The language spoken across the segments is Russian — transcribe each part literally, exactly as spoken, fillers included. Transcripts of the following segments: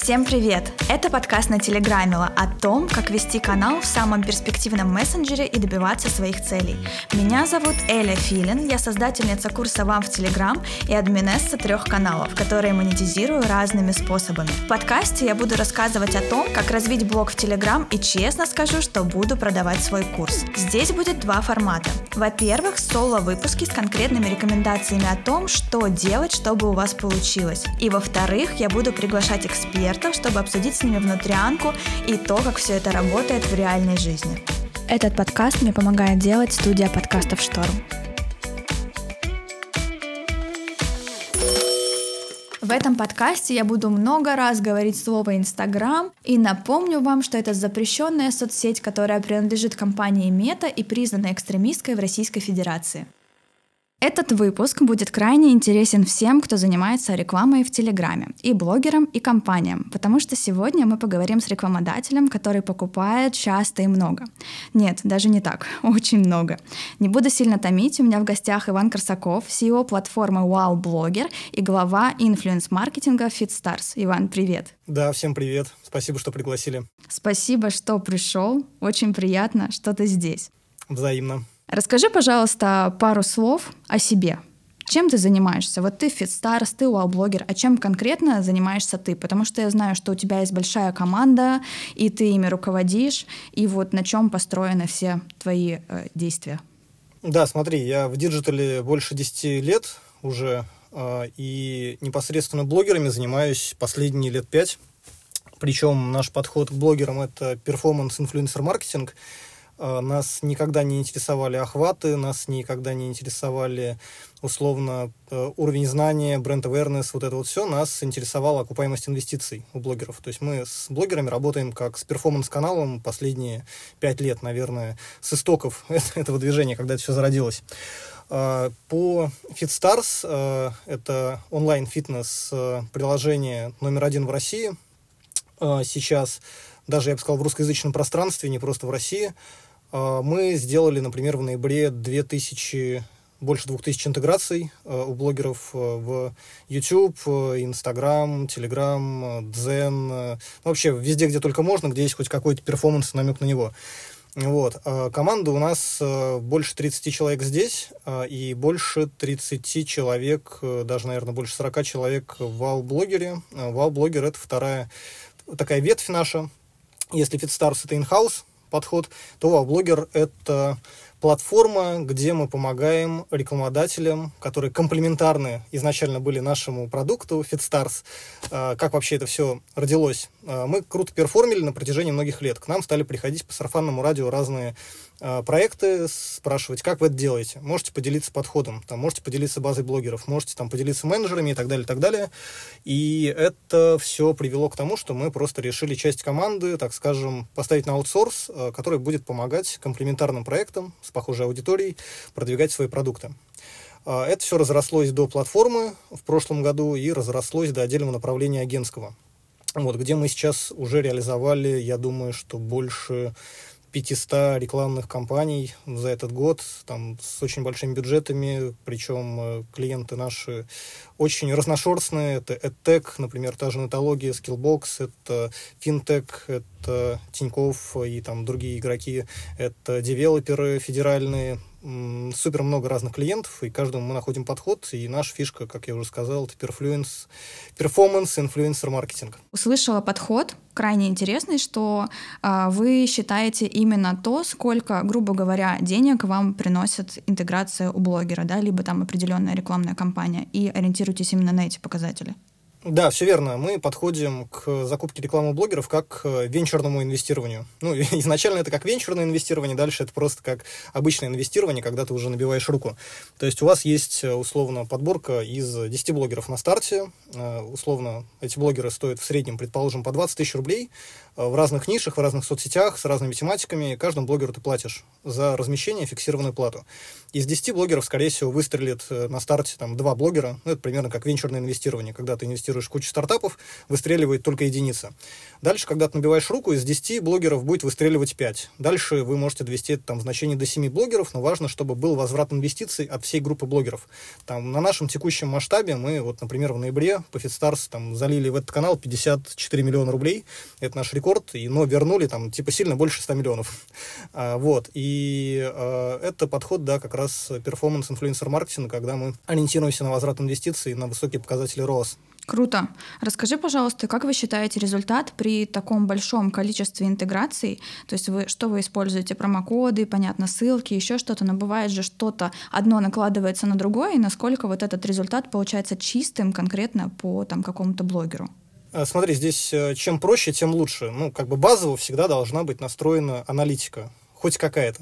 Всем привет! Это подкаст на Телеграмила о том, как вести канал в самом перспективном мессенджере и добиваться своих целей. Меня зовут Эля Филин, я создательница курса «Вам в Телеграм» и админесса трех каналов, которые монетизирую разными способами. В подкасте я буду рассказывать о том, как развить блог в Телеграм, и честно скажу, что буду продавать свой курс. Здесь будет два формата. Во-первых, соло-выпуски с конкретными рекомендациями о том, что делать, чтобы у вас получилось. И во-вторых, я буду приглашать экспертов, чтобы обсудить с ними внутрянку и то, как все это работает в реальной жизни. Этот подкаст мне помогает делать студия подкастов «Шторм». В этом подкасте я буду много раз говорить слово «Инстаграм» и напомню вам, что это запрещенная соцсеть, которая принадлежит компании Мета и признана экстремистской в Российской Федерации. Этот выпуск будет крайне интересен всем, кто занимается рекламой в Телеграме, и блогерам, и компаниям, потому что сегодня мы поговорим с рекламодателем, который покупает часто и много. Нет, даже не так, очень много. Не буду сильно томить, у меня в гостях Иван Корсаков, си и о платформы WowBlogger и глава инфлюенс-маркетинга FitStars. Иван, привет! Да, всем привет, спасибо, что пригласили. Спасибо, что пришел, очень приятно, что ты здесь. Взаимно. Расскажи, пожалуйста, пару слов о себе. Чем ты занимаешься? Вот ты FitStars, ты WowBlogger, а чем конкретно занимаешься ты? Потому что я знаю, что у тебя есть большая команда, и ты ими руководишь, и вот на чем построены все твои э, действия? Да, смотри, я в диджитале больше десяти лет уже, э, и непосредственно блогерами занимаюсь последние лет пять. Причем наш подход к блогерам — это перформанс-инфлюенсер-маркетинг. Нас никогда не интересовали охваты, нас никогда не интересовали, условно, уровень знания, бренд-авернес, вот это вот все. Нас интересовала окупаемость инвестиций у блогеров. То есть мы с блогерами работаем как с перформанс-каналом последние пять лет, наверное, с истоков этого движения, когда это все зародилось. По FitStars, это онлайн-фитнес приложение номер один в России. Сейчас, даже, я бы сказал, в русскоязычном пространстве, не просто в России. Мы сделали, например, в ноябре две тысячи, больше двух тысяч интеграций у блогеров в YouTube, Instagram, Telegram, Дзен, вообще везде, где только можно, где есть хоть какой-то перформанс, намек на него. Вот. Команда у нас больше тридцати человек здесь, и больше тридцати человек, даже, наверное, больше сорока человек в WowBlogger. WowBlogger — это вторая такая ветвь наша. Если FitStars — это in-house подход, то WowBlogger — это платформа, где мы помогаем рекламодателям, которые комплементарны изначально были нашему продукту FitStars. Как вообще это все родилось? Мы круто перформили на протяжении многих лет. К нам стали приходить по сарафанному радио разные проекты, спрашивать, как вы это делаете. Можете поделиться подходом, там, можете поделиться базой блогеров, можете там, поделиться менеджерами и так далее, и так далее. И это все привело к тому, что мы просто решили часть команды, так скажем, поставить на аутсорс, который будет помогать комплементарным проектам с похожей аудиторией продвигать свои продукты. Это все разрослось до платформы в прошлом году и разрослось до отдельного направления агентского, вот, где мы сейчас уже реализовали, я думаю, что больше пятьсот рекламных кампаний за этот год, там, с очень большими бюджетами, причем клиенты наши очень разношерстные. Это EdTech, например, та же Нетология, Skillbox, это Fintech, это Тинькофф и там другие игроки, это девелоперы федеральные. Супер много разных клиентов, и каждому мы находим подход, и наша фишка, как я уже сказал, это перформанс, перформанс, инфлюенсер маркетинг. Услышала подход, крайне интересный, что э, вы считаете именно то, сколько, грубо говоря, денег вам приносит интеграция у блогера, да, либо там определенная рекламная кампания, и ориентируетесь именно на эти показатели. Да, все верно. Мы подходим к закупке рекламы блогеров как к венчурному инвестированию. Ну, изначально это как венчурное инвестирование, дальше это просто как обычное инвестирование, когда ты уже набиваешь руку. То есть у вас есть, условно, подборка из десяти блогеров на старте. Условно, эти блогеры стоят в среднем, предположим, по двадцать тысяч рублей в разных нишах, в разных соцсетях, с разными тематиками. Каждому блогеру ты платишь за размещение фиксированную плату. Из десяти блогеров, скорее всего, выстрелит на старте там, два блогера. Ну, это примерно как венчурное инвестирование. Когда ты инвестируешь в кучу стартапов, выстреливает только единица. Дальше, когда ты набиваешь руку, из десяти блогеров будет выстреливать пять. Дальше вы можете довести это там, в значении до семи блогеров, но важно, чтобы был возврат инвестиций от всей группы блогеров. Там, на нашем текущем масштабе мы, вот, например, в ноябре по Feedstars там, залили в этот канал пятьдесят четыре миллиона рублей. Это наш рекорд, и, но вернули там, типа сильно больше ста миллионов. А, вот. И а, это подход, да, как раз перформанс-инфлюенсер-маркетинга, когда мы ориентируемся на возврат инвестиций, на высокие показатели рост. Круто. Расскажи, пожалуйста, как вы считаете результат при таком большом количестве интеграций? То есть вы, что вы используете? Промокоды, понятно, ссылки, еще что-то, но бывает же что-то одно накладывается на другое, и насколько вот этот результат получается чистым конкретно по там, какому-то блогеру? Смотри, здесь чем проще, тем лучше. Ну, как бы базово всегда должна быть настроена аналитика. Хоть какая-то.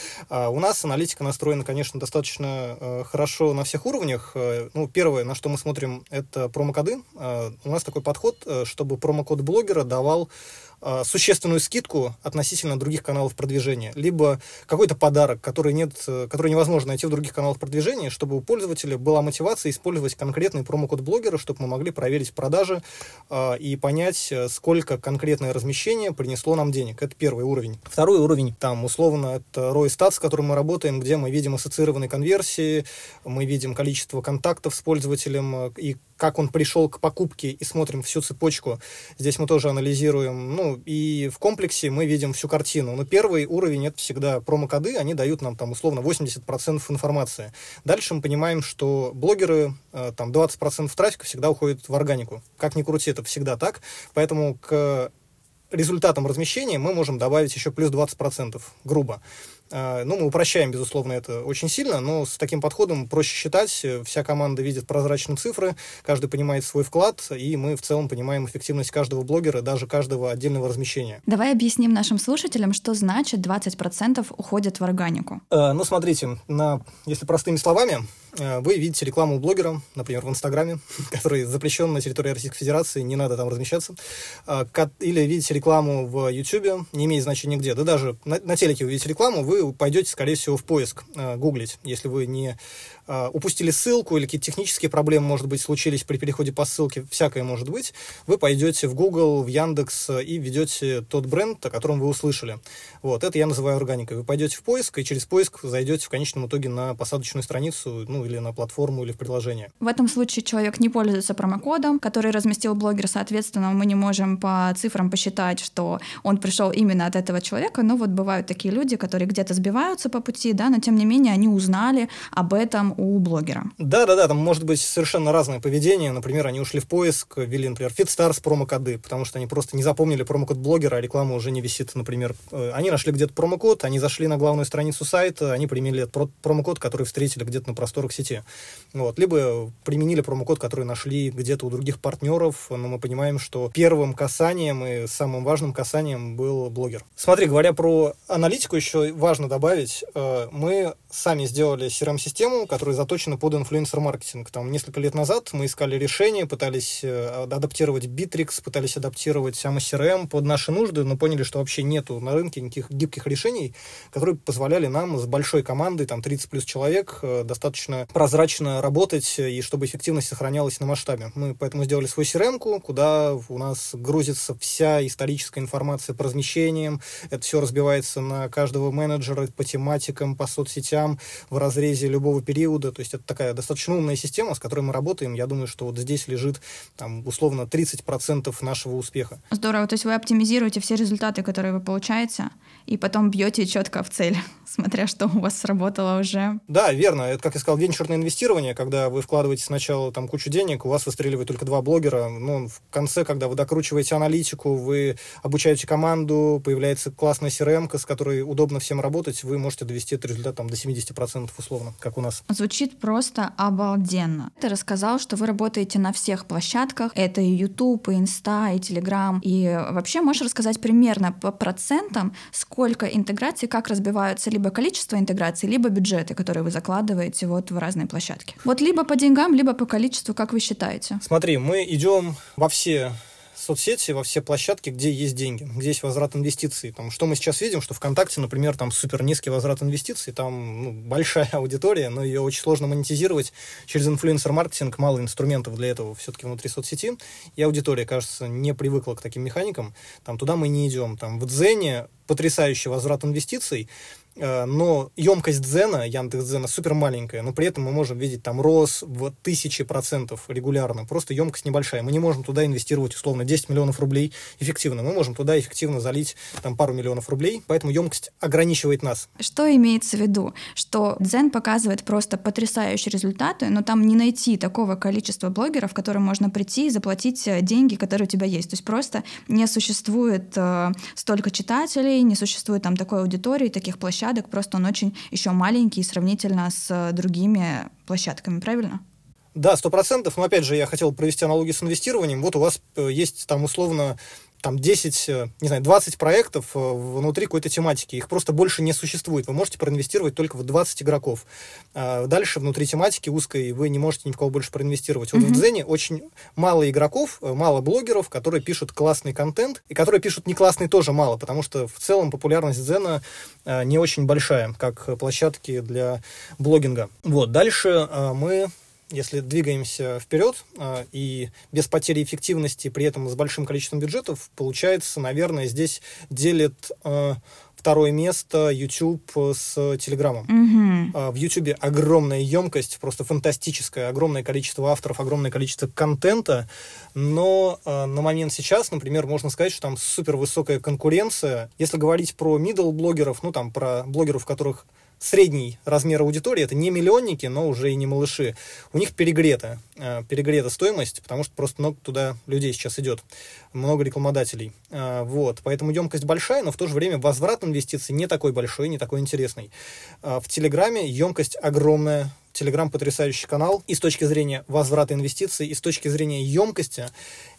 А у нас аналитика настроена, конечно, достаточно э, хорошо на всех уровнях. Э, ну, первое, на что мы смотрим, это промокоды. Э, у нас такой подход, э, чтобы промокод блогера давал э, существенную скидку относительно других каналов продвижения. Либо какой-то подарок, который, нет, э, который невозможно найти в других каналах продвижения, чтобы у пользователя была мотивация использовать конкретный промокод блогера, чтобы мы могли проверить продажи э, и понять, сколько конкретное размещение принесло нам денег. Это первый уровень. Второй уровень, там, условно, это рой Stats, с которым мы работаем, где мы видим ассоциированные конверсии, мы видим количество контактов с пользователем и как он пришел к покупке, и смотрим всю цепочку. Здесь мы тоже анализируем. Ну, и в комплексе мы видим всю картину. Но первый уровень — это всегда промокоды, они дают нам, там, условно, восемьдесят процентов информации. Дальше мы понимаем, что блогеры, там, двадцать процентов трафика всегда уходит в органику. Как ни крути, это всегда так. Поэтому к результатам размещения мы можем добавить еще плюс двадцать процентов, грубо. Ну, мы упрощаем, безусловно, это очень сильно, но с таким подходом проще считать. Вся команда видит прозрачные цифры, каждый понимает свой вклад, и мы в целом понимаем эффективность каждого блогера, даже каждого отдельного размещения. Давай объясним нашим слушателям, что значит двадцать процентов уходят в органику. Э, ну, смотрите, на, если простыми словами, э, вы видите рекламу блогера, например, в Инстаграме, который запрещен на территории Российской Федерации, не надо там размещаться, э, или видите рекламу в Ютубе, не имеет значения где, да даже на, на телеке вы видите рекламу, вы вы пойдете, скорее всего, в поиск э, гуглить, если вы не э, упустили ссылку или какие-то технические проблемы, может быть, случились при переходе по ссылке, всякое может быть, вы пойдете в Google, в Яндекс и введете тот бренд, о котором вы услышали. Вот, это я называю органикой. Вы пойдете в поиск, и через поиск зайдете в конечном итоге на посадочную страницу, ну, или на платформу, или в приложение. В этом случае человек не пользуется промокодом, который разместил блогер, соответственно, мы не можем по цифрам посчитать, что он пришел именно от этого человека, но вот бывают такие люди, которые где-то сбиваются по пути, да, но тем не менее они узнали об этом у блогера. Да-да-да, там может быть совершенно разное поведение. Например, они ушли в поиск, ввели, например, Feedstars промокоды, потому что они просто не запомнили промокод блогера, а реклама уже не висит, например. Они нашли где-то промокод, они зашли на главную страницу сайта, они применили этот промокод, который встретили где-то на просторах сети. Вот. Либо применили промокод, который нашли где-то у других партнеров, но мы понимаем, что первым касанием и самым важным касанием был блогер. Смотри, говоря про аналитику, еще важно добавить, мы сами сделали си ар эм-систему, которая заточена под инфлюенсер-маркетинг. Там несколько лет назад мы искали решения, пытались адаптировать Bittrex, пытались адаптировать эй эм эс ар эм под наши нужды, но поняли, что вообще нету на рынке никаких гибких решений, которые позволяли нам с большой командой, там тридцать плюс человек, достаточно прозрачно работать и чтобы эффективность сохранялась на масштабе. Мы поэтому сделали свою си ар эм-ку, куда у нас грузится вся историческая информация по размещениям, это все разбивается на каждого менеджера по тематикам, по соцсетям в разрезе любого периода. То есть это такая достаточно умная система, с которой мы работаем. Я думаю, что вот здесь лежит там, условно тридцать процентов нашего успеха. Здорово. То есть вы оптимизируете все результаты, которые вы получаете, и потом бьете четко в цель, смотря что у вас сработало уже. Да, верно. Это, как я сказал, венчурное инвестирование, когда вы вкладываете сначала там кучу денег, у вас выстреливает только два блогера. Ну, в конце, когда вы докручиваете аналитику, вы обучаете команду, появляется классная си ар эм-ка, с которой удобно всем работать, вы можете довести этот результат там, до семьдесят процентов условно, как у нас. Звучит просто обалденно. Ты рассказал, что вы работаете на всех площадках. Это и YouTube, и Инста, и Telegram. И вообще можешь рассказать примерно по процентам, сколько интеграций, как разбиваются либо количество интеграций, либо бюджеты, которые вы закладываете вот в разные площадки. Вот либо по деньгам, либо по количеству, как вы считаете? Смотри, мы идем во все соцсети, во все площадки, где есть деньги, где есть возврат инвестиций. Там, что мы сейчас видим, что ВКонтакте, например, там супер низкий возврат инвестиций, там ну, большая аудитория, но ее очень сложно монетизировать через инфлюенсер-маркетинг, мало инструментов для этого все-таки внутри соцсети, и аудитория, кажется, не привыкла к таким механикам, там, туда мы не идем. Там, в Дзене потрясающий возврат инвестиций, но емкость Дзена, Яндекс.Дзена, супер маленькая, но при этом мы можем видеть там рост в тысячи процентов регулярно, просто емкость небольшая. Мы не можем туда инвестировать условно десять миллионов рублей эффективно, мы можем туда эффективно залить там пару миллионов рублей, поэтому емкость ограничивает нас. Что имеется в виду? Что Дзен показывает просто потрясающие результаты, но там не найти такого количества блогеров, к которым можно прийти и заплатить деньги, которые у тебя есть. То есть просто не существует э, столько читателей, не существует там такой аудитории, таких площадок, просто он очень еще маленький сравнительно с другими площадками, правильно? Да, сто процентов. Но опять же, я хотел провести аналогию с инвестированием. Вот у вас есть там условно там десять, не знаю, двадцать проектов внутри какой-то тематики. Их просто больше не существует. Вы можете проинвестировать только в двадцать игроков. Дальше внутри тематики узкой вы не можете никого больше проинвестировать. Вот mm-hmm. в Дзене очень мало игроков, мало блогеров, которые пишут классный контент, и которые пишут не классный тоже мало, потому что в целом популярность Дзена не очень большая, как площадки для блогинга. Вот, дальше мы... Если двигаемся вперед э, и без потери эффективности, при этом с большим количеством бюджетов, получается, наверное, здесь делит э, второе место YouTube с Телеграмом. Mm-hmm. Э, в YouTube огромная емкость, просто фантастическое, огромное количество авторов, огромное количество контента, но э, на момент сейчас, например, можно сказать, что там супер высокая конкуренция. Если говорить про middle блогеров, ну там про блогеров, у которых средний размер аудитории, это не миллионники, но уже и не малыши. У них перегрета, э, перегрета стоимость, потому что просто много туда людей сейчас идет, много рекламодателей. Э, вот, поэтому емкость большая, но в то же время возврат инвестиций не такой большой, не такой интересный. Э, в Телеграме емкость огромная. Телеграм потрясающий канал и с точки зрения возврата инвестиций, и с точки зрения емкости.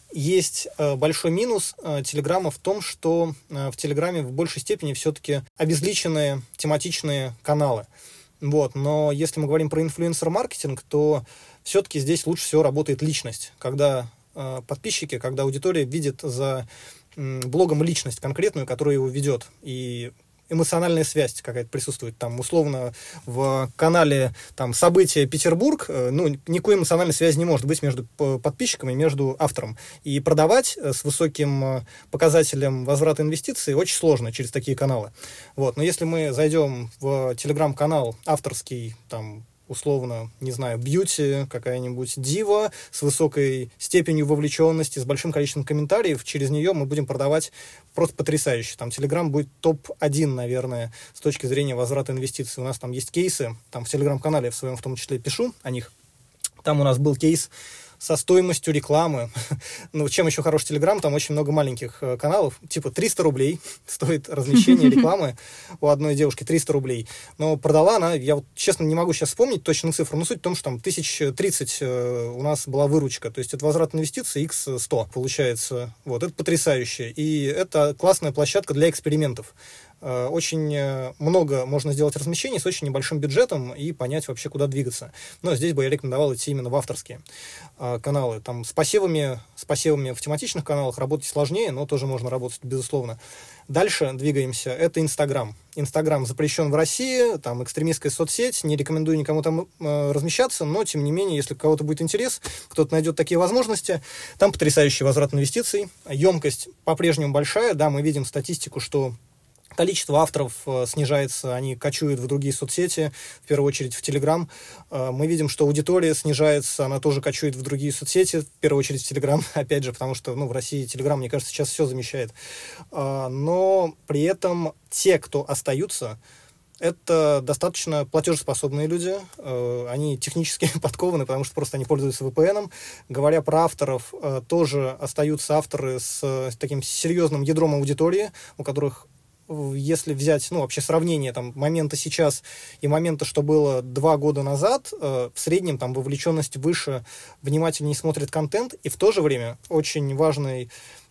Есть э, большой минус э, Телеграма в том, что э, в Телеграме в большей степени все-таки обезличенные тематичные каналы. Вот. Но если мы говорим про инфлюенсер-маркетинг, то все-таки здесь лучше всего работает личность. Когда э, подписчики, когда аудитория видит за э, блогом личность конкретную, которая его ведет. И эмоциональная связь какая-то присутствует. Там, условно, в канале там, «События Петербург» ну, никакой эмоциональной связи не может быть между подписчиком и между автором. И продавать с высоким показателем возврата инвестиций очень сложно через такие каналы. Вот. Но если мы зайдем в телеграм-канал авторский, там, условно, не знаю, бьюти, какая-нибудь дива с высокой степенью вовлеченности, с большим количеством комментариев, через нее мы будем продавать просто потрясающе. Там Telegram будет топ один, наверное, с точки зрения возврата инвестиций. У нас там есть кейсы, там в Telegram-канале в своем в том числе пишу о них. Там у нас был кейс со стоимостью рекламы. Ну, чем еще хорош Telegram, там очень много маленьких э, каналов, типа триста рублей стоит размещение рекламы у одной девушки, триста рублей. Но продала она, я вот честно не могу сейчас вспомнить точную цифру, но суть в том, что там тысяч тридцать э, у нас была выручка, то есть это возврат инвестиций икс сто получается. Вот, это потрясающе. И это классная площадка для экспериментов. Очень много можно сделать размещений с очень небольшим бюджетом и понять вообще, куда двигаться. Но здесь бы я рекомендовал идти именно в авторские каналы. Там с посевами, с посевами в тематичных каналах работать сложнее, но тоже можно работать, безусловно. Дальше двигаемся. Это Инстаграм. Инстаграм запрещен в России, там экстремистская соцсеть, не рекомендую никому там э, размещаться, но, тем не менее, если у кого-то будет интерес, кто-то найдет такие возможности, там потрясающий возврат инвестиций, емкость по-прежнему большая, да, мы видим статистику, что количество авторов э, снижается, они кочуют в другие соцсети, в первую очередь в Telegram. Э, мы видим, что аудитория снижается, она тоже кочует в другие соцсети, в первую очередь в Telegram, опять же, потому что ну, в России Telegram, мне кажется, сейчас все замещает. Э, но при этом те, кто остаются, это достаточно платежеспособные люди, э, они технически подкованы, потому что просто они пользуются ви пи эн. Говоря про авторов, э, тоже остаются авторы с, с таким серьезным ядром аудитории, у которых если взять, ну, вообще сравнение там, момента сейчас и момента, что было два года назад, э, в среднем там вовлеченность выше, внимательнее смотрит контент, и в то же время очень важный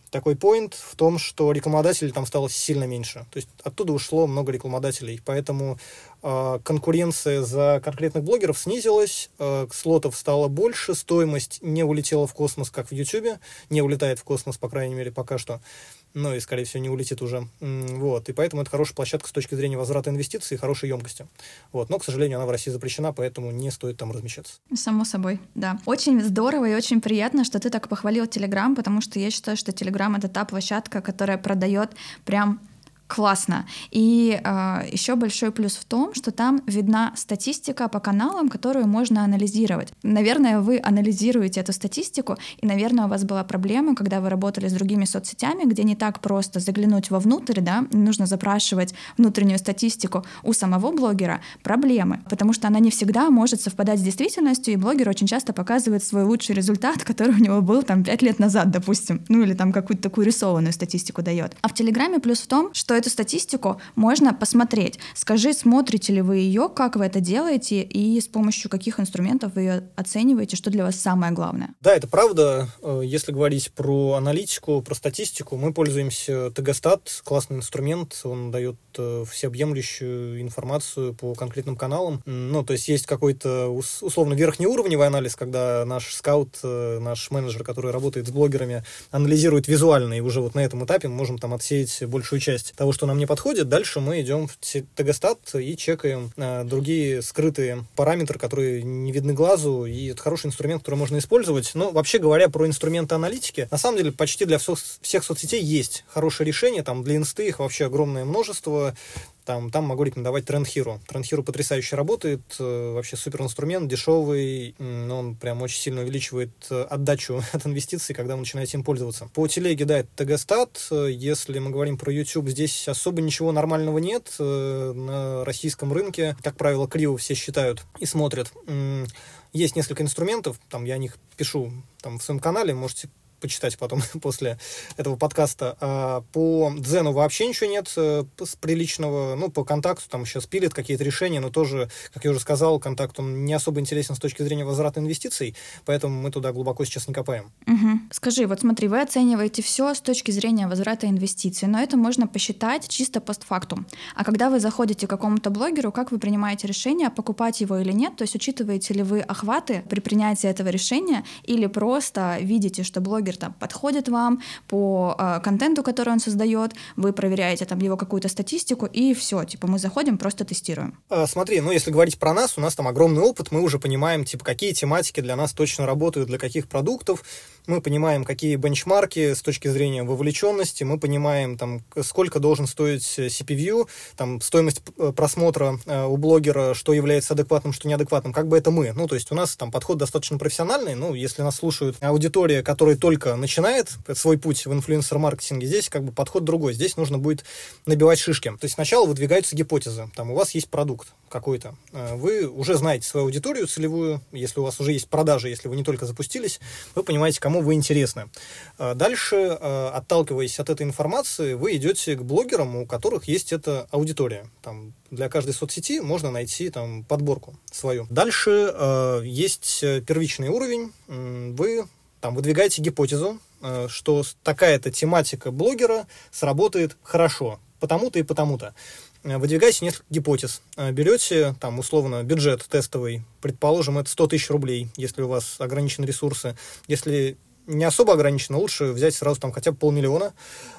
такой поинт в том, что рекламодателей там стало сильно меньше. То есть оттуда ушло много рекламодателей. Поэтому э, конкуренция за конкретных блогеров снизилась, э, слотов стало больше, стоимость не улетела в космос, как в YouTube, не улетает в космос, по крайней мере, пока что. Ну и, скорее всего, не улетит уже. Вот. И поэтому это хорошая площадка с точки зрения возврата инвестиций и хорошей емкости. Вот. Но, к сожалению, она в России запрещена, поэтому не стоит там размещаться. Само собой, да. Очень здорово и очень приятно, что ты так похвалил Telegram, потому что я считаю, что Telegram — это та площадка, которая продает прям классно. И э, еще большой плюс в том, что там видна статистика по каналам, которую можно анализировать. Наверное, вы анализируете эту статистику, и, наверное, у вас была проблема, когда вы работали с другими соцсетями, где не так просто заглянуть вовнутрь, да, нужно запрашивать внутреннюю статистику у самого блогера, проблемы, потому что она не всегда может совпадать с действительностью, и блогер очень часто показывает свой лучший результат, который у него был там пять лет назад, допустим, ну или там какую-то такую рисованную статистику дает. А в Телеграме плюс в том, что эту статистику можно посмотреть. Скажи, смотрите ли вы ее, как вы это делаете и с помощью каких инструментов вы ее оцениваете, что для вас самое главное? Да, это правда. Если говорить про аналитику, про статистику, мы пользуемся Тегостат, классный инструмент, он дает всеобъемлющую информацию по конкретным каналам. Ну, то есть есть какой-то условно верхнеуровневый анализ, когда наш скаут, наш менеджер, который работает с блогерами, анализирует визуально, и уже вот на этом этапе мы можем там отсеять большую часть того, что нам не подходит. Дальше мы идем в Тегостат и чекаем а, другие скрытые параметры, которые не видны глазу, и это хороший инструмент, который можно использовать. Но вообще говоря про инструменты аналитики, на самом деле почти для всех, всех соцсетей есть хорошее решение, там для инсты их вообще огромное множество. Там, там могу рекомендовать Trend Hero. Trend Hero потрясающе работает, э, вообще супер инструмент, дешевый, э, он прям очень сильно увеличивает э, отдачу от инвестиций, когда вы начинаете им пользоваться. По телеге, да, это Тегостат. Если мы говорим про YouTube, здесь особо ничего нормального нет. Э, на российском рынке, как правило, криво все считают и смотрят. Э, есть несколько инструментов, там я о них пишу там, в своем канале, можете почитать потом после этого подкаста. А по Дзену вообще ничего нет с приличного. Ну, по Контакту там сейчас пилят какие-то решения, но тоже, как я уже сказал, Контакт, он не особо интересен с точки зрения возврата инвестиций, поэтому мы туда глубоко сейчас не копаем. Угу. Скажи, вот смотри, вы оцениваете все с точки зрения возврата инвестиций, но это можно посчитать чисто постфактум. А когда вы заходите к какому-то блогеру, как вы принимаете решение, покупать его или нет? То есть учитываете ли вы охваты при принятии этого решения или просто видите, что блогер там подходит вам по э, контенту, который он создает, вы проверяете там его какую-то статистику, и все, типа мы заходим, просто тестируем. А, смотри, ну если говорить про нас, у нас там огромный опыт, мы уже понимаем, типа, какие тематики для нас точно работают, для каких продуктов, мы понимаем, какие бенчмарки с точки зрения вовлеченности, мы понимаем, там, сколько должен стоить си пи ви, там, стоимость просмотра э, у блогера, что является адекватным, что неадекватным, как бы это мы. Ну, то есть у нас там подход достаточно профессиональный, ну, если нас слушают аудитория, которая только начинает свой путь в инфлюенсер-маркетинге, здесь как бы подход другой. Здесь нужно будет набивать шишки. То есть сначала выдвигаются гипотезы. Там у вас есть продукт какой-то. Вы уже знаете свою аудиторию целевую. Если у вас уже есть продажи, если вы не только запустились, вы понимаете, кому вы интересны. Дальше, отталкиваясь от этой информации, вы идете к блогерам, у которых есть эта аудитория. Там для каждой соцсети можно найти там подборку свою. Дальше есть первичный уровень. Вы там выдвигаете гипотезу, что такая-то тематика блогера сработает хорошо, потому-то и потому-то. Выдвигаете несколько гипотез. Берете, там, условно, бюджет тестовый, предположим, это сто тысяч рублей, если у вас ограничены ресурсы. Если не особо ограничено, лучше взять сразу там хотя бы полмиллиона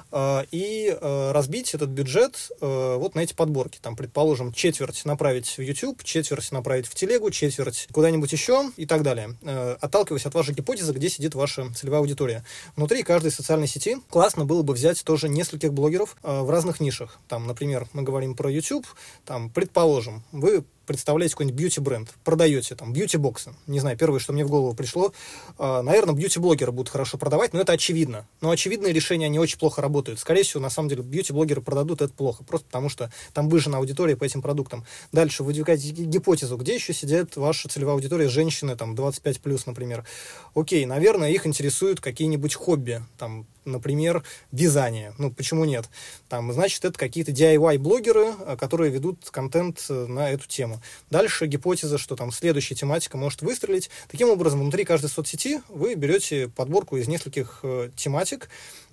и разбить этот бюджет вот на эти подборки. Там, предположим, четверть направить в YouTube, четверть направить в телегу, четверть куда-нибудь еще и так далее. Отталкиваясь от вашей гипотезы, где сидит ваша целевая аудитория. Внутри каждой социальной сети классно было бы взять тоже нескольких блогеров в разных нишах. Там, например, мы говорим про YouTube, там, предположим, вы представляете какой-нибудь бьюти-бренд, продаете там бьюти-боксы. Не знаю, первое, что мне в голову пришло, э, наверное, бьюти-блогеры будут хорошо продавать, но это очевидно. Но очевидные решения, они очень плохо работают. Скорее всего, на самом деле, бьюти-блогеры продадут это плохо, просто потому что там выжжена аудитория по этим продуктам. Дальше выдвигаете гипотезу, где еще сидят ваша целевая аудитория, женщины, там, двадцать пять плюс, например. Окей, наверное, их интересуют какие-нибудь хобби, там, например, вязание. Ну, почему нет? Там, значит, это какие-то ди ай вай-блогеры, которые ведут контент на эту тему. Дальше гипотеза, что там следующая тематика может выстрелить. Таким образом, внутри каждой соцсети вы берете подборку из нескольких э, тематик,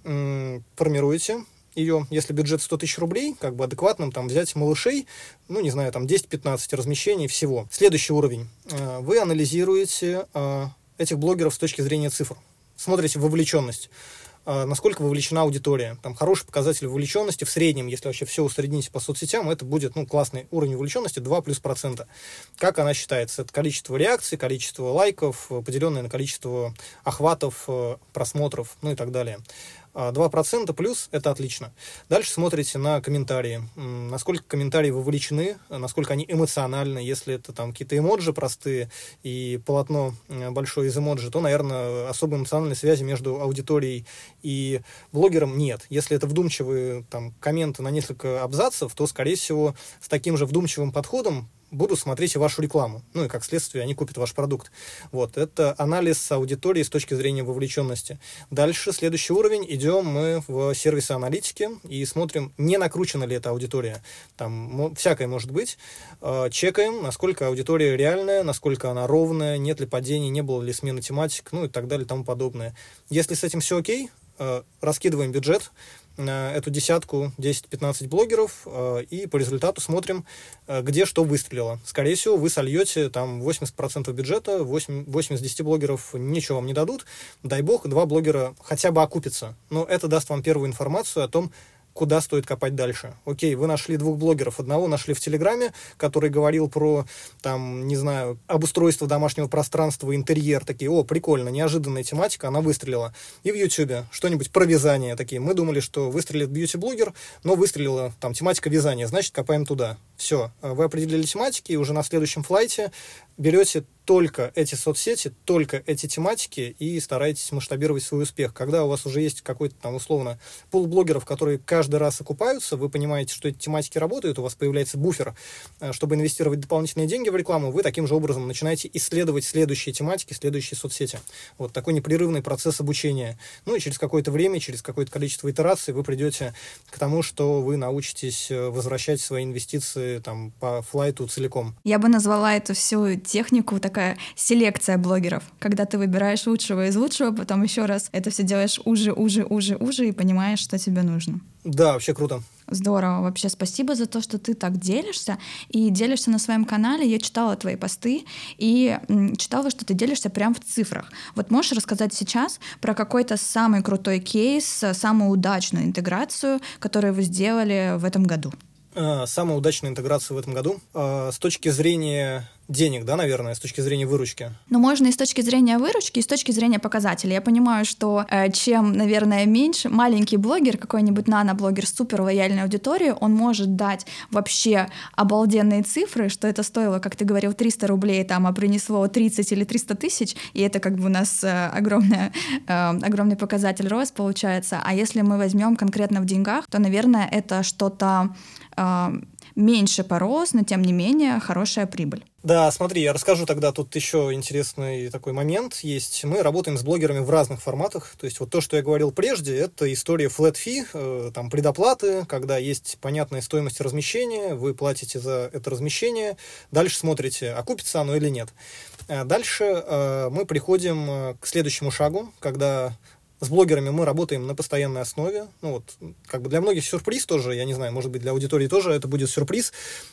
э, формируете ее, если бюджет сто тысяч рублей, как бы адекватным, там, взять малышей, ну, не знаю, там, десять-пятнадцать размещений всего. Следующий уровень. Э, вы анализируете э, этих блогеров с точки зрения цифр. Смотрите вовлеченность. Насколько вовлечена аудитория. Там хороший показатель вовлеченности в среднем, если вообще все усреднить по соцсетям, это будет, ну, классный уровень вовлеченности, два плюс процента. Как она считается? Это количество реакций, количество лайков, поделенное на количество охватов, просмотров, ну и так далее. два процента плюс – это отлично. Дальше смотрите на комментарии. Насколько комментарии вовлечены, насколько они эмоциональны. Если это там какие-то эмоджи простые и полотно большое из эмоджи, то, наверное, особой эмоциональной связи между аудиторией и блогером нет. Если это вдумчивые там комменты на несколько абзацев, то, скорее всего, с таким же вдумчивым подходом будут смотреть и вашу рекламу. Ну и, как следствие, они купят ваш продукт. Вот. Это анализ аудитории с точки зрения вовлеченности. Дальше, следующий уровень, идем мы в сервисы аналитики и смотрим, не накручена ли эта аудитория. Там всякое может быть. Чекаем, насколько аудитория реальная, насколько она ровная, нет ли падений, не было ли смены тематик, ну и так далее и тому подобное. Если с этим все окей, раскидываем бюджет на эту десятку, десять-пятнадцать блогеров, и по результату смотрим, где что выстрелило. Скорее всего, вы сольете там восемьдесят процентов бюджета, восемь, восемь из десяти блогеров ничего вам не дадут. Дай бог, два блогера хотя бы окупятся. Но это даст вам первую информацию о том, куда стоит копать дальше. Окей, вы нашли двух блогеров. Одного нашли в Телеграме, который говорил про, там, не знаю, обустройство домашнего пространства, интерьер. Такие, о, прикольно, неожиданная тематика, она выстрелила. И в Ютубе что-нибудь про вязание. Такие, мы думали, что выстрелит бьюти-блогер, но выстрелила там тематика вязания, значит, копаем туда. Все, вы определили тематики, и уже на следующем флайте берете только эти соцсети, только эти тематики и стараетесь масштабировать свой успех. Когда у вас уже есть какой-то там условно пул блогеров, которые каждый раз окупаются, вы понимаете, что эти тематики работают, у вас появляется буфер, чтобы инвестировать дополнительные деньги в рекламу, вы таким же образом начинаете исследовать следующие тематики, следующие соцсети. Вот такой непрерывный процесс обучения. Ну и через какое-то время, через какое-то количество итераций вы придете к тому, что вы научитесь возвращать свои инвестиции там по флайту целиком. Я бы назвала эту всю технику такая селекция блогеров, когда ты выбираешь лучшего из лучшего, потом еще раз это все делаешь уже, уже, уже, уже и понимаешь, что тебе нужно. Да, вообще круто. Здорово. Вообще спасибо за то, что ты так делишься и делишься на своем канале. Я читала твои посты и м, читала, что ты делишься прямо в цифрах. Вот можешь рассказать сейчас про какой-то самый крутой кейс, самую удачную интеграцию, которую вы сделали в этом году? Самая удачная интеграция в этом году с точки зрения денег, да, наверное, с точки зрения выручки. Ну, можно и с точки зрения выручки, и с точки зрения показателей. Я понимаю, что э, чем, наверное, меньше, маленький блогер, какой-нибудь наноблогер с супер лояльной аудиторией, он может дать вообще обалденные цифры, что это стоило, как ты говорил, триста рублей, там, а принесло тридцать или триста тысяч, и это как бы у нас э, огромная, э, огромный показатель рост получается. А если мы возьмем конкретно в деньгах, то, наверное, это что-то э, меньше по рост, но тем не менее хорошая прибыль. Да, смотри, я расскажу тогда, тут еще интересный такой момент есть. Мы работаем с блогерами в разных форматах, то есть вот то, что я говорил прежде, это история flat fee, э, там предоплаты, когда есть понятная стоимость размещения, вы платите за это размещение, дальше смотрите, окупится оно или нет. Дальше э, мы приходим к следующему шагу, когда с блогерами мы работаем на постоянной основе. Ну вот, как бы для многих сюрприз тоже, я не знаю, может быть, для аудитории тоже это будет сюрприз,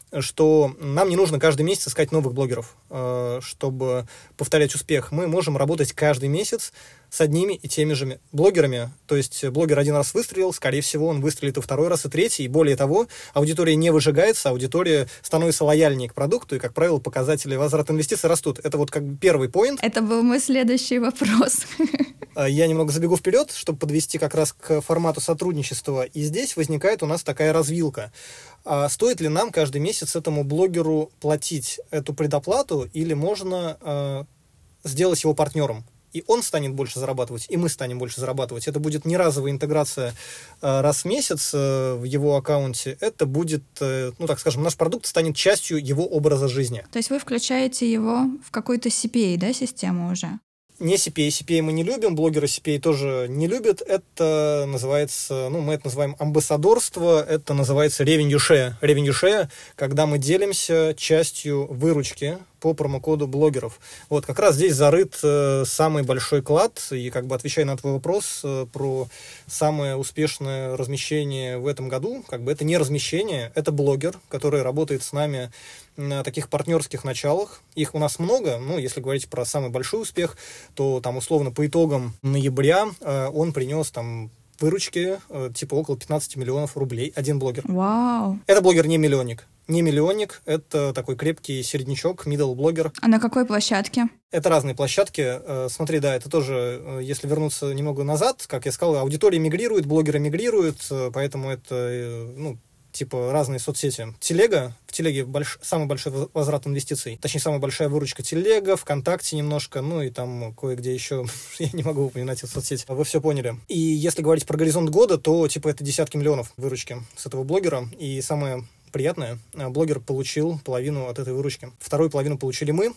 что нам не нужно каждый месяц искать новых блогеров, чтобы повторять успех. Мы можем работать каждый месяц с одними и теми же блогерами. То есть блогер один раз выстрелил, скорее всего, он выстрелит и второй раз, и третий. И более того, аудитория не выжигается, аудитория становится лояльнее к продукту, и, как правило, показатели возврата инвестиций растут. Это вот как бы первый поинт. Это был мой следующий вопрос. Я немного забегу вперед, чтобы подвести как раз к формату сотрудничества. И здесь возникает у нас такая развилка. А стоит ли нам каждый месяц этому блогеру платить эту предоплату, или можно э, сделать его партнером? И он станет больше зарабатывать, и мы станем больше зарабатывать. Это будет не разовая интеграция э, раз в месяц э, в его аккаунте. Это будет, э, ну так скажем, наш продукт станет частью его образа жизни. То есть вы включаете его в какую-то си пи эй, да, систему уже? Не си пи эй. си пи эй мы не любим, блогеры си пи эй тоже не любят. Это называется, ну, мы это называем амбассадорство, это называется revenue share. Revenue share, когда мы делимся частью выручки по промокоду блогеров. Вот, как раз здесь зарыт э, самый большой клад, и как бы отвечая на твой вопрос э, про самое успешное размещение в этом году, как бы это не размещение, это блогер, который работает с нами на таких партнерских началах. Их у нас много, ну, если говорить про самый большой успех, то там условно по итогам ноября э, он принес там выручки э, типа около пятнадцать миллионов рублей, один блогер. Вау! Это блогер не миллионник. Не миллионник, это такой крепкий середнячок, middle блогер. А на какой площадке? Это разные площадки. Смотри, да, это тоже, если вернуться немного назад, как я сказал, аудитория мигрирует, блогеры мигрируют, поэтому это, ну, типа разные соцсети. Телега, в Телеге больш... самый большой возврат инвестиций, точнее, самая большая выручка Телега, ВКонтакте немножко, ну и там кое-где еще, я не могу упоминать эту соцсеть, вы все поняли. И если говорить про горизонт года, то типа это десятки миллионов выручки с этого блогера, и самое приятное, блогер получил половину от этой выручки. Вторую половину получили мы,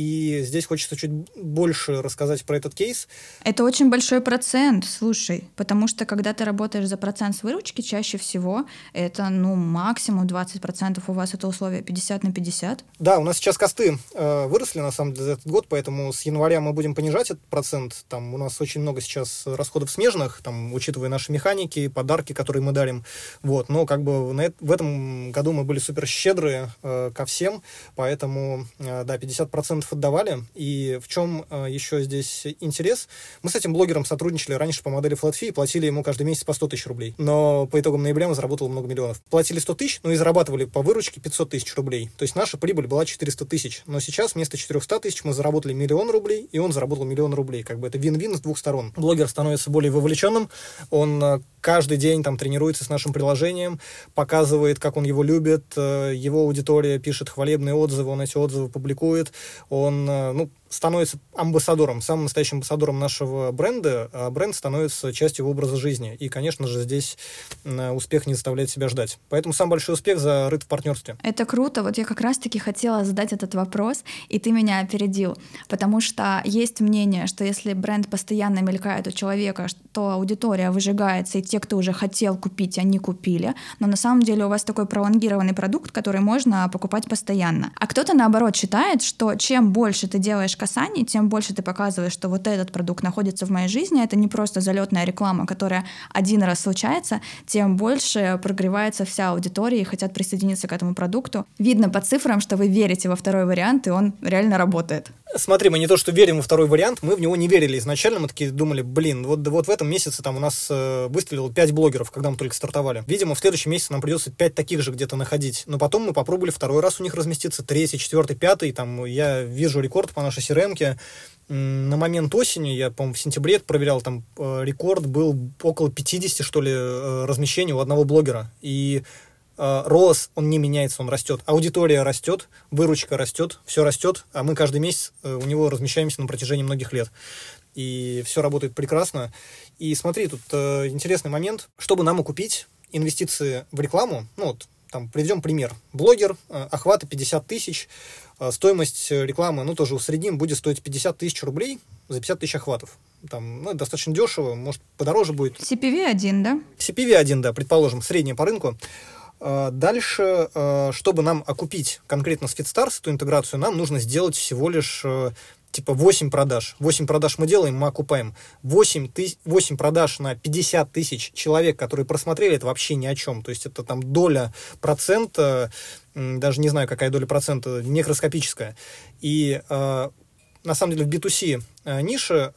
и здесь хочется чуть больше рассказать про этот кейс. Это очень большой процент, слушай, потому что когда ты работаешь за процент с выручки, чаще всего это, ну, максимум двадцать процентов, у вас это условие пятьдесят на пятьдесят. Да, у нас сейчас косты э, выросли, на самом деле, за этот год, поэтому с января мы будем понижать этот процент. Там у нас очень много сейчас расходов смежных, там, учитывая наши механики, подарки, которые мы дарим. Вот, но как бы на это, в этом году году мы были супер щедрые э, ко всем, поэтому, э, да, пятьдесят процентов отдавали. И в чем э, еще здесь интерес? Мы с этим блогером сотрудничали раньше по модели flat fee и платили ему каждый месяц по сто тысяч рублей. Но по итогам ноября мы заработали много миллионов. Платили сто тысяч, но и зарабатывали по выручке пятьсот тысяч рублей. То есть наша прибыль была четыреста тысяч. Но сейчас вместо четыреста тысяч мы заработали миллион рублей, и он заработал миллион рублей. Как бы это вин-вин с двух сторон. Блогер становится более вовлеченным, он каждый день там тренируется с нашим приложением, показывает, как он его любит, его аудитория пишет хвалебные отзывы, он эти отзывы публикует, он, ну, становится амбассадором, самым настоящим амбассадором нашего бренда, а бренд становится частью его образа жизни. И, конечно же, здесь успех не заставляет себя ждать. Поэтому самый большой успех зарыт в партнерстве. Это круто. Вот я как раз-таки хотела задать этот вопрос, и ты меня опередил. Потому что есть мнение, что если бренд постоянно мелькает у человека, то аудитория выжигается, и те, кто уже хотел купить, они купили. Но на самом деле у вас такой пролонгированный продукт, который можно покупать постоянно. А кто-то, наоборот, считает, что чем больше ты делаешь касаний, тем больше ты показываешь, что вот этот продукт находится в моей жизни, это не просто залетная реклама, которая один раз случается, тем больше прогревается вся аудитория и хотят присоединиться к этому продукту. Видно по цифрам, что вы верите во второй вариант, и он реально работает. Смотри, мы не то, что верим во второй вариант, мы в него не верили изначально, мы такие думали, блин, вот, вот в этом месяце там у нас э, выстрелило пять блогеров, когда мы только стартовали. Видимо, в следующем месяце нам придется пять таких же где-то находить. Но потом мы попробовали второй раз у них разместиться, третий, четвертый, пятый, там я вижу рекорд по нашей си эр эм-ке. На момент осени, я, по-моему, в сентябре проверял, там э, рекорд был около пятьдесят, что ли, э, размещений у одного блогера. И рос, он не меняется, он растет. Аудитория растет, выручка растет, все растет, а мы каждый месяц у него размещаемся на протяжении многих лет. И все работает прекрасно. И смотри, тут э, интересный момент. Чтобы нам окупить инвестиции в рекламу, ну вот, там, приведем пример. Блогер, э, охваты пятьдесят тысяч, э, стоимость рекламы, ну, тоже усредним, будет стоить пятьдесят тысяч рублей за пятьдесят тысяч охватов. Там, ну, это достаточно дешево, может, подороже будет. си пи ви один, да? си пи ви один, да, предположим, средняя по рынку. Дальше, чтобы нам окупить конкретно с FitStars эту интеграцию, нам нужно сделать всего лишь типа восемь продаж. восемь продаж мы делаем, мы окупаем. восемь, тысяч, восемь продаж на пятьдесят тысяч человек, которые просмотрели, это вообще ни о чем. То есть это там доля процента, даже не знаю, какая доля процента, микроскопическая. И на самом деле в би ту си нише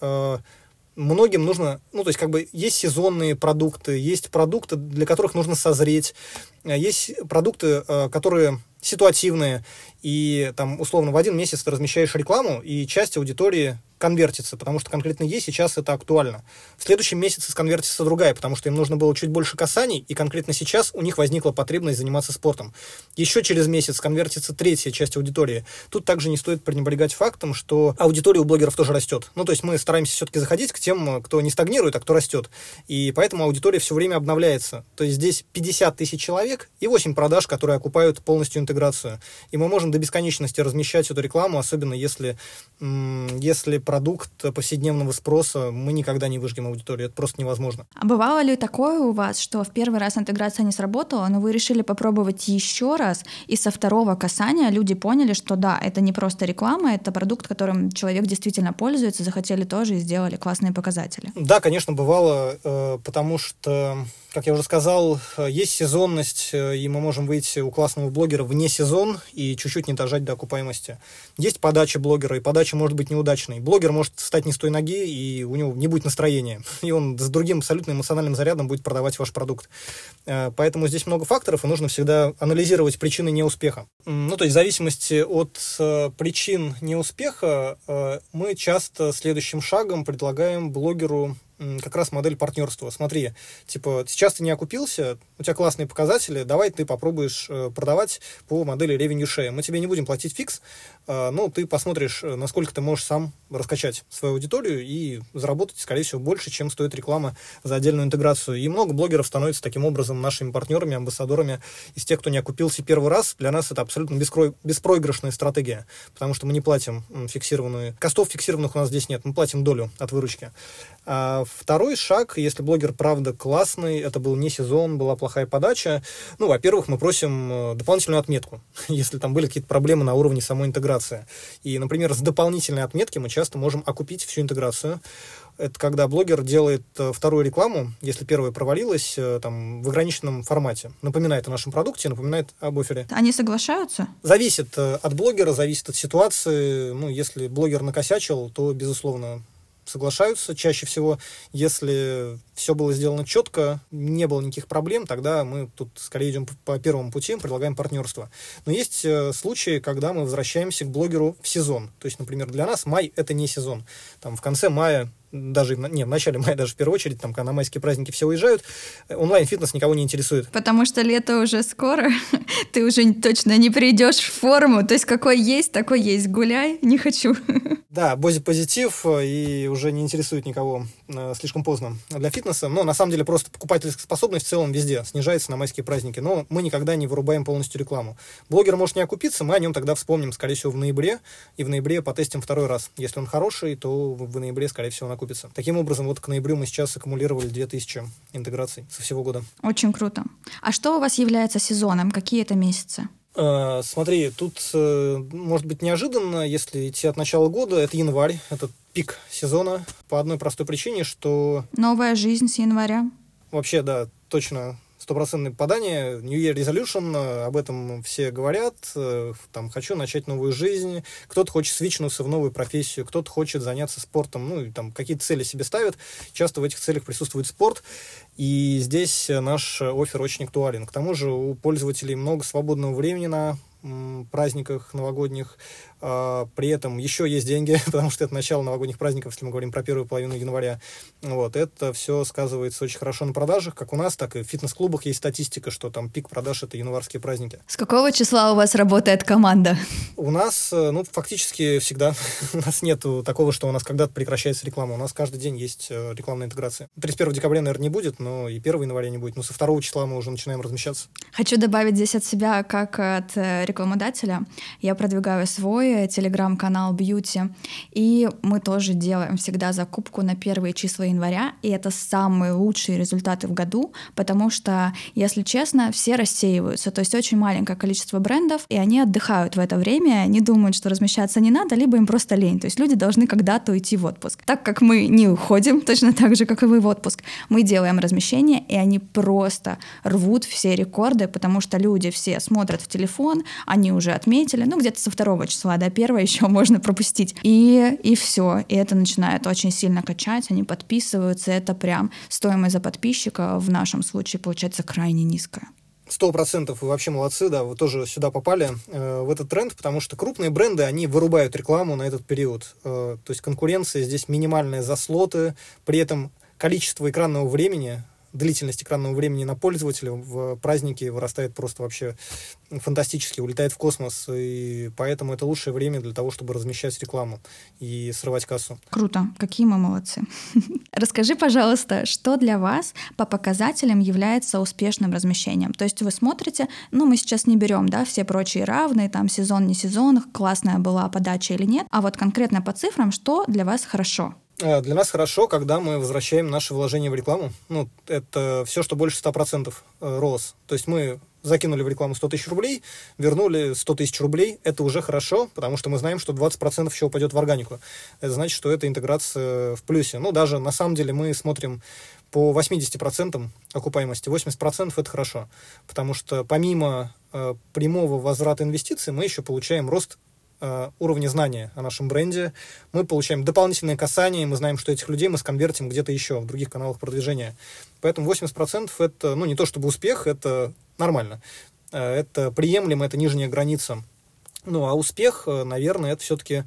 многим нужно, ну, то есть, как бы, есть сезонные продукты, есть продукты, для которых нужно созреть, есть продукты, которые ситуативные, и, там, условно, в один месяц ты размещаешь рекламу, и часть аудитории конвертится, потому что конкретно ей сейчас это актуально. В следующем месяце сконвертится другая, потому что им нужно было чуть больше касаний, и конкретно сейчас у них возникла потребность заниматься спортом. Еще через месяц конвертится третья часть аудитории. Тут также не стоит пренебрегать фактом, что аудитория у блогеров тоже растет. Ну, то есть мы стараемся все-таки заходить к тем, кто не стагнирует, а кто растет. И поэтому аудитория все время обновляется. То есть здесь пятьдесят тысяч человек и восемь продаж, которые окупают полностью интеграцию. И мы можем до бесконечности размещать эту рекламу, особенно если, если продукт повседневного спроса, мы никогда не выжгем аудиторию, это просто невозможно. А бывало ли такое у вас, что в первый раз интеграция не сработала, но вы решили попробовать еще раз, и со второго касания люди поняли, что да, это не просто реклама, это продукт, которым человек действительно пользуется, захотели тоже и сделали классные показатели? Да, конечно, бывало, потому что, как я уже сказал, есть сезонность, и мы можем выйти у классного блогера вне сезон и чуть-чуть не дожать до окупаемости. Есть подача блогера, и подача может быть неудачной. Блогер может встать не с той ноги, и у него не будет настроения, и он с другим абсолютно эмоциональным зарядом будет продавать ваш продукт. Поэтому здесь много факторов, и нужно всегда анализировать причины неуспеха. Ну, то есть в зависимости от причин неуспеха мы часто следующим шагом предлагаем блогеру как раз модель партнерства. Смотри, типа, сейчас ты не окупился, у тебя классные показатели, давай ты попробуешь продавать по модели revenue share. Мы тебе не будем платить фикс, но ты посмотришь, насколько ты можешь сам раскачать свою аудиторию и заработать, скорее всего, больше, чем стоит реклама за отдельную интеграцию. И много блогеров становятся таким образом нашими партнерами, амбассадорами из тех, кто не окупился первый раз. Для нас это абсолютно бескро... беспроигрышная стратегия, потому что мы не платим фиксированную... Костов фиксированных у нас здесь нет, мы платим долю от выручки. А второй шаг, если блогер правда классный, это был не сезон, была плохая подача, ну, во-первых, мы просим дополнительную отметку, если там были какие-то проблемы на уровне самой интеграции. И, например, с дополнительной отметки мы часто можем окупить всю интеграцию. Это когда блогер делает вторую рекламу, если первая провалилась, там, в ограниченном формате. Напоминает о нашем продукте, напоминает об оффере. Они соглашаются? Зависит от блогера, зависит от ситуации. Ну, если блогер накосячил, то, безусловно, соглашаются чаще всего. Если все было сделано четко, не было никаких проблем, тогда мы тут скорее идем по первому пути, предлагаем партнерство. Но есть случаи, когда мы возвращаемся к блогеру в сезон. То есть, например, для нас май — это не сезон. Там в конце мая, даже не, в начале мая даже в первую очередь, там, когда на майские праздники все уезжают, онлайн-фитнес никого не интересует. Потому что лето уже скоро, ты уже точно не придешь в форму, то есть какой есть, такой есть, гуляй, не хочу. Да, боди-позитив, и уже не интересует никого э, слишком поздно для фитнеса, но на самом деле просто покупательская способность в целом везде снижается на майские праздники, но мы никогда не вырубаем полностью рекламу. Блогер может не окупиться, мы о нем тогда вспомним, скорее всего, в ноябре, и в ноябре потестим второй раз. Если он хороший, то в ноябре, скорее всего, он окупится. Таким образом, вот к ноябрю мы сейчас аккумулировали две тысячи интеграций со всего года. Очень круто. А что у вас является сезоном? Какие это месяцы? Uh, смотри, тут uh, может быть неожиданно, если идти от начала года, это январь, это пик сезона, по одной простой причине, что... Новая жизнь с января. Вообще, да, точно, стопроцентное попадание, New Year Resolution, об этом все говорят, там, хочу начать новую жизнь, кто-то хочет свичнуться в новую профессию, кто-то хочет заняться спортом, ну, и там какие-то цели себе ставят, часто в этих целях присутствует спорт, и здесь наш оффер очень актуален. К тому же у пользователей много свободного времени на м, праздниках новогодних, а, при этом еще есть деньги, потому что это начало новогодних праздников, если мы говорим про первую половину января. Вот, это все сказывается очень хорошо на продажах, как у нас, так и в фитнес-клубах есть статистика, что там пик продаж — это январские праздники. С какого числа у вас работает команда? У нас, ну, фактически всегда. У нас нету такого, что у нас когда-то прекращается реклама. У нас каждый день есть рекламная интеграция. тридцать первого декабря, наверное, не будет, но и первого января не будет. Но со второго числа мы уже начинаем размещаться. Хочу добавить здесь от себя, как от рекламодателя. Я продвигаю свой телеграм-канал Beauty, и мы тоже делаем всегда закупку на первые числа января, и это самые лучшие результаты в году, потому что, если честно, все рассеиваются, то есть очень маленькое количество брендов, и они отдыхают в это время, они думают, что размещаться не надо, либо им просто лень, то есть люди должны когда-то уйти в отпуск. Так как мы не уходим, точно так же, как и вы в отпуск, мы делаем размещение, и они просто рвут все рекорды, потому что люди все смотрят в телефон, они уже отметили, ну где-то со второго числа до первого еще можно пропустить. И, и все. И это начинает очень сильно качать, они подписываются, это прям стоимость за подписчика в нашем случае получается крайне низкая. Сто процентов вы вообще молодцы, да, вы тоже сюда попали э, в этот тренд, потому что крупные бренды, они вырубают рекламу на этот период. Э, то есть конкуренция здесь минимальная за слоты, при этом количество экранного времени длительность экранного времени на пользователя в праздники вырастает просто вообще фантастически, улетает в космос, и поэтому это лучшее время для того, чтобы размещать рекламу и срывать кассу. Круто, какие мы молодцы. Расскажи, пожалуйста, что для вас по показателям является успешным размещением? То есть вы смотрите, ну мы сейчас не берем, да, все прочие равные, там сезон, не сезон, классная была подача или нет, а вот конкретно по цифрам, что для вас хорошо? Для нас хорошо, когда мы возвращаем наши вложения в рекламу. Ну, это все, что больше ста процентов рост. То есть мы закинули в рекламу сто тысяч рублей, вернули сто тысяч рублей. Это уже хорошо, потому что мы знаем, что двадцать процентов еще упадет в органику. Это значит, что это интеграция в плюсе. Ну, даже на самом деле мы смотрим по восемьдесят процентов окупаемости. восемьдесят процентов это хорошо, потому что помимо э, прямого возврата инвестиций мы еще получаем рост уровня знания о нашем бренде, мы получаем дополнительное касание, мы знаем, что этих людей мы сконвертим где-то еще, в других каналах продвижения. Поэтому восемьдесят процентов это, ну, не то чтобы успех, это нормально. Это приемлемо, это нижняя граница. Ну, а успех, наверное, это все-таки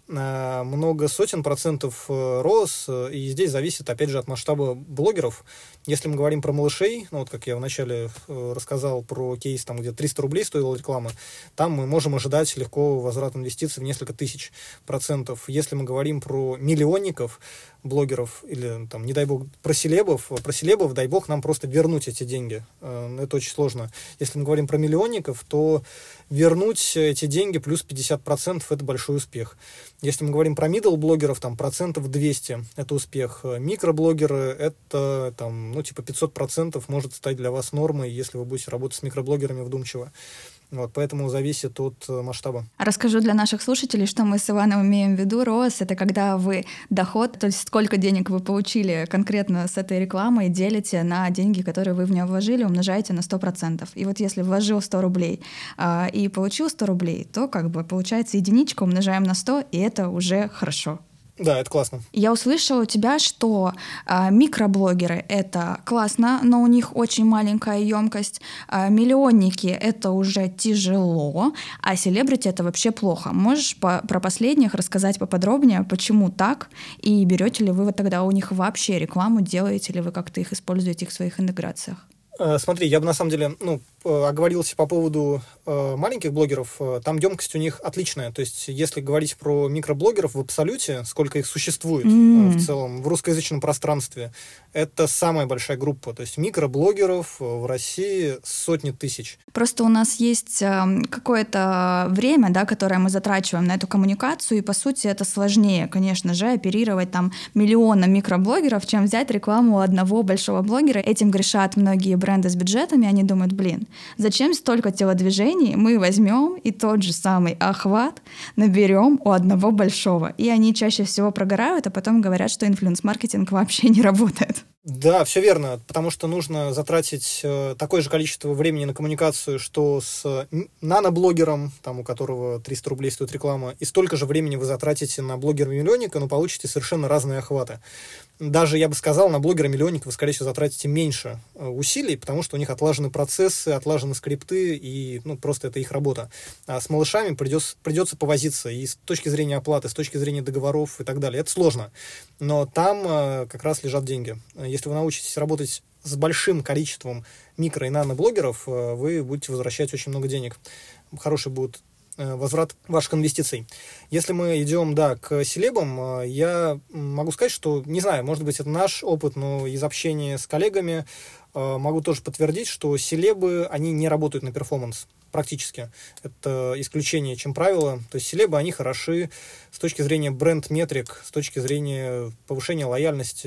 много сотен процентов рост, и здесь зависит, опять же, от масштаба блогеров. Если мы говорим про малышей, ну, вот как я вначале рассказал про кейс, там, где триста рублей стоила реклама, там мы можем ожидать легко возврат инвестиций в несколько тысяч процентов. Если мы говорим про миллионников, блогеров, или, там, не дай бог, про селебов, про селебов, дай бог, нам просто вернуть эти деньги. Это очень сложно. Если мы говорим про миллионников, то вернуть эти деньги плюс пятьдесят процентов это большой успех. Если мы говорим про middle-блогеров, там, процентов двести это успех. Микроблогеры, это, там, ну, типа пятьсот процентов может стать для вас нормой, если вы будете работать с микроблогерами вдумчиво. Вот, поэтому зависит от масштаба. Расскажу для наших слушателей, что мы с Иваном имеем в виду. рост — это когда вы доход, то есть сколько денег вы получили конкретно с этой рекламой, делите на деньги, которые вы в нее вложили, умножаете на сто процентов. И вот если вложил сто рублей а, и получил сто рублей, то как бы получается единичка, умножаем на сто, и это уже хорошо. Да, это классно. Я услышала у тебя, что а, микроблогеры — это классно, но у них очень маленькая емкость. А, миллионники — это уже тяжело, а селебрити — это вообще плохо. Можешь по- про последних рассказать поподробнее, почему так? И берете ли вы вот тогда у них вообще рекламу, делаете ли вы как-то их, используете их в своих интеграциях? Смотри, я бы на самом деле, ну, оговорился по поводу э, маленьких блогеров, э, там емкость у них отличная. То есть, если говорить про микроблогеров в абсолюте, сколько их существует mm. э, в целом в русскоязычном пространстве, это самая большая группа. То есть, микроблогеров в России сотни тысяч. Просто у нас есть э, какое-то время, да, которое мы затрачиваем на эту коммуникацию, и, по сути, это сложнее, конечно же, оперировать там миллионом микроблогеров, чем взять рекламу у одного большого блогера. Этим грешат многие бренды с бюджетами, они думают, блин, зачем столько телодвижений? Мы возьмем и тот же самый охват наберем у одного большого. И они чаще всего прогорают, а потом говорят, что инфлюенс-маркетинг вообще не работает. Да, все верно, потому что нужно затратить э, такое же количество времени на коммуникацию, что с наноблогером, там, у которого триста рублей стоит реклама, и столько же времени вы затратите на блогера-миллионника, но получите совершенно разные охваты. Даже, я бы сказал, на блогера-миллионника вы, скорее всего, затратите меньше э, усилий, потому что у них отлажены процессы, отлажены скрипты, и, ну, просто это их работа. А с малышами придется, придется повозиться и с точки зрения оплаты, с точки зрения договоров и так далее. Это сложно, но там э, как раз лежат деньги. Если вы научитесь работать с большим количеством микро- и наноблогеров, вы будете возвращать очень много денег. Хороший будет возврат ваших инвестиций. Если мы идем, да, к селебам, я могу сказать, что, не знаю, может быть, это наш опыт, но из общения с коллегами могу тоже подтвердить, что селебы, они не работают на перформанс практически. Это исключение, чем правило. То есть селебы, они хороши с точки зрения бренд-метрик, с точки зрения повышения лояльности.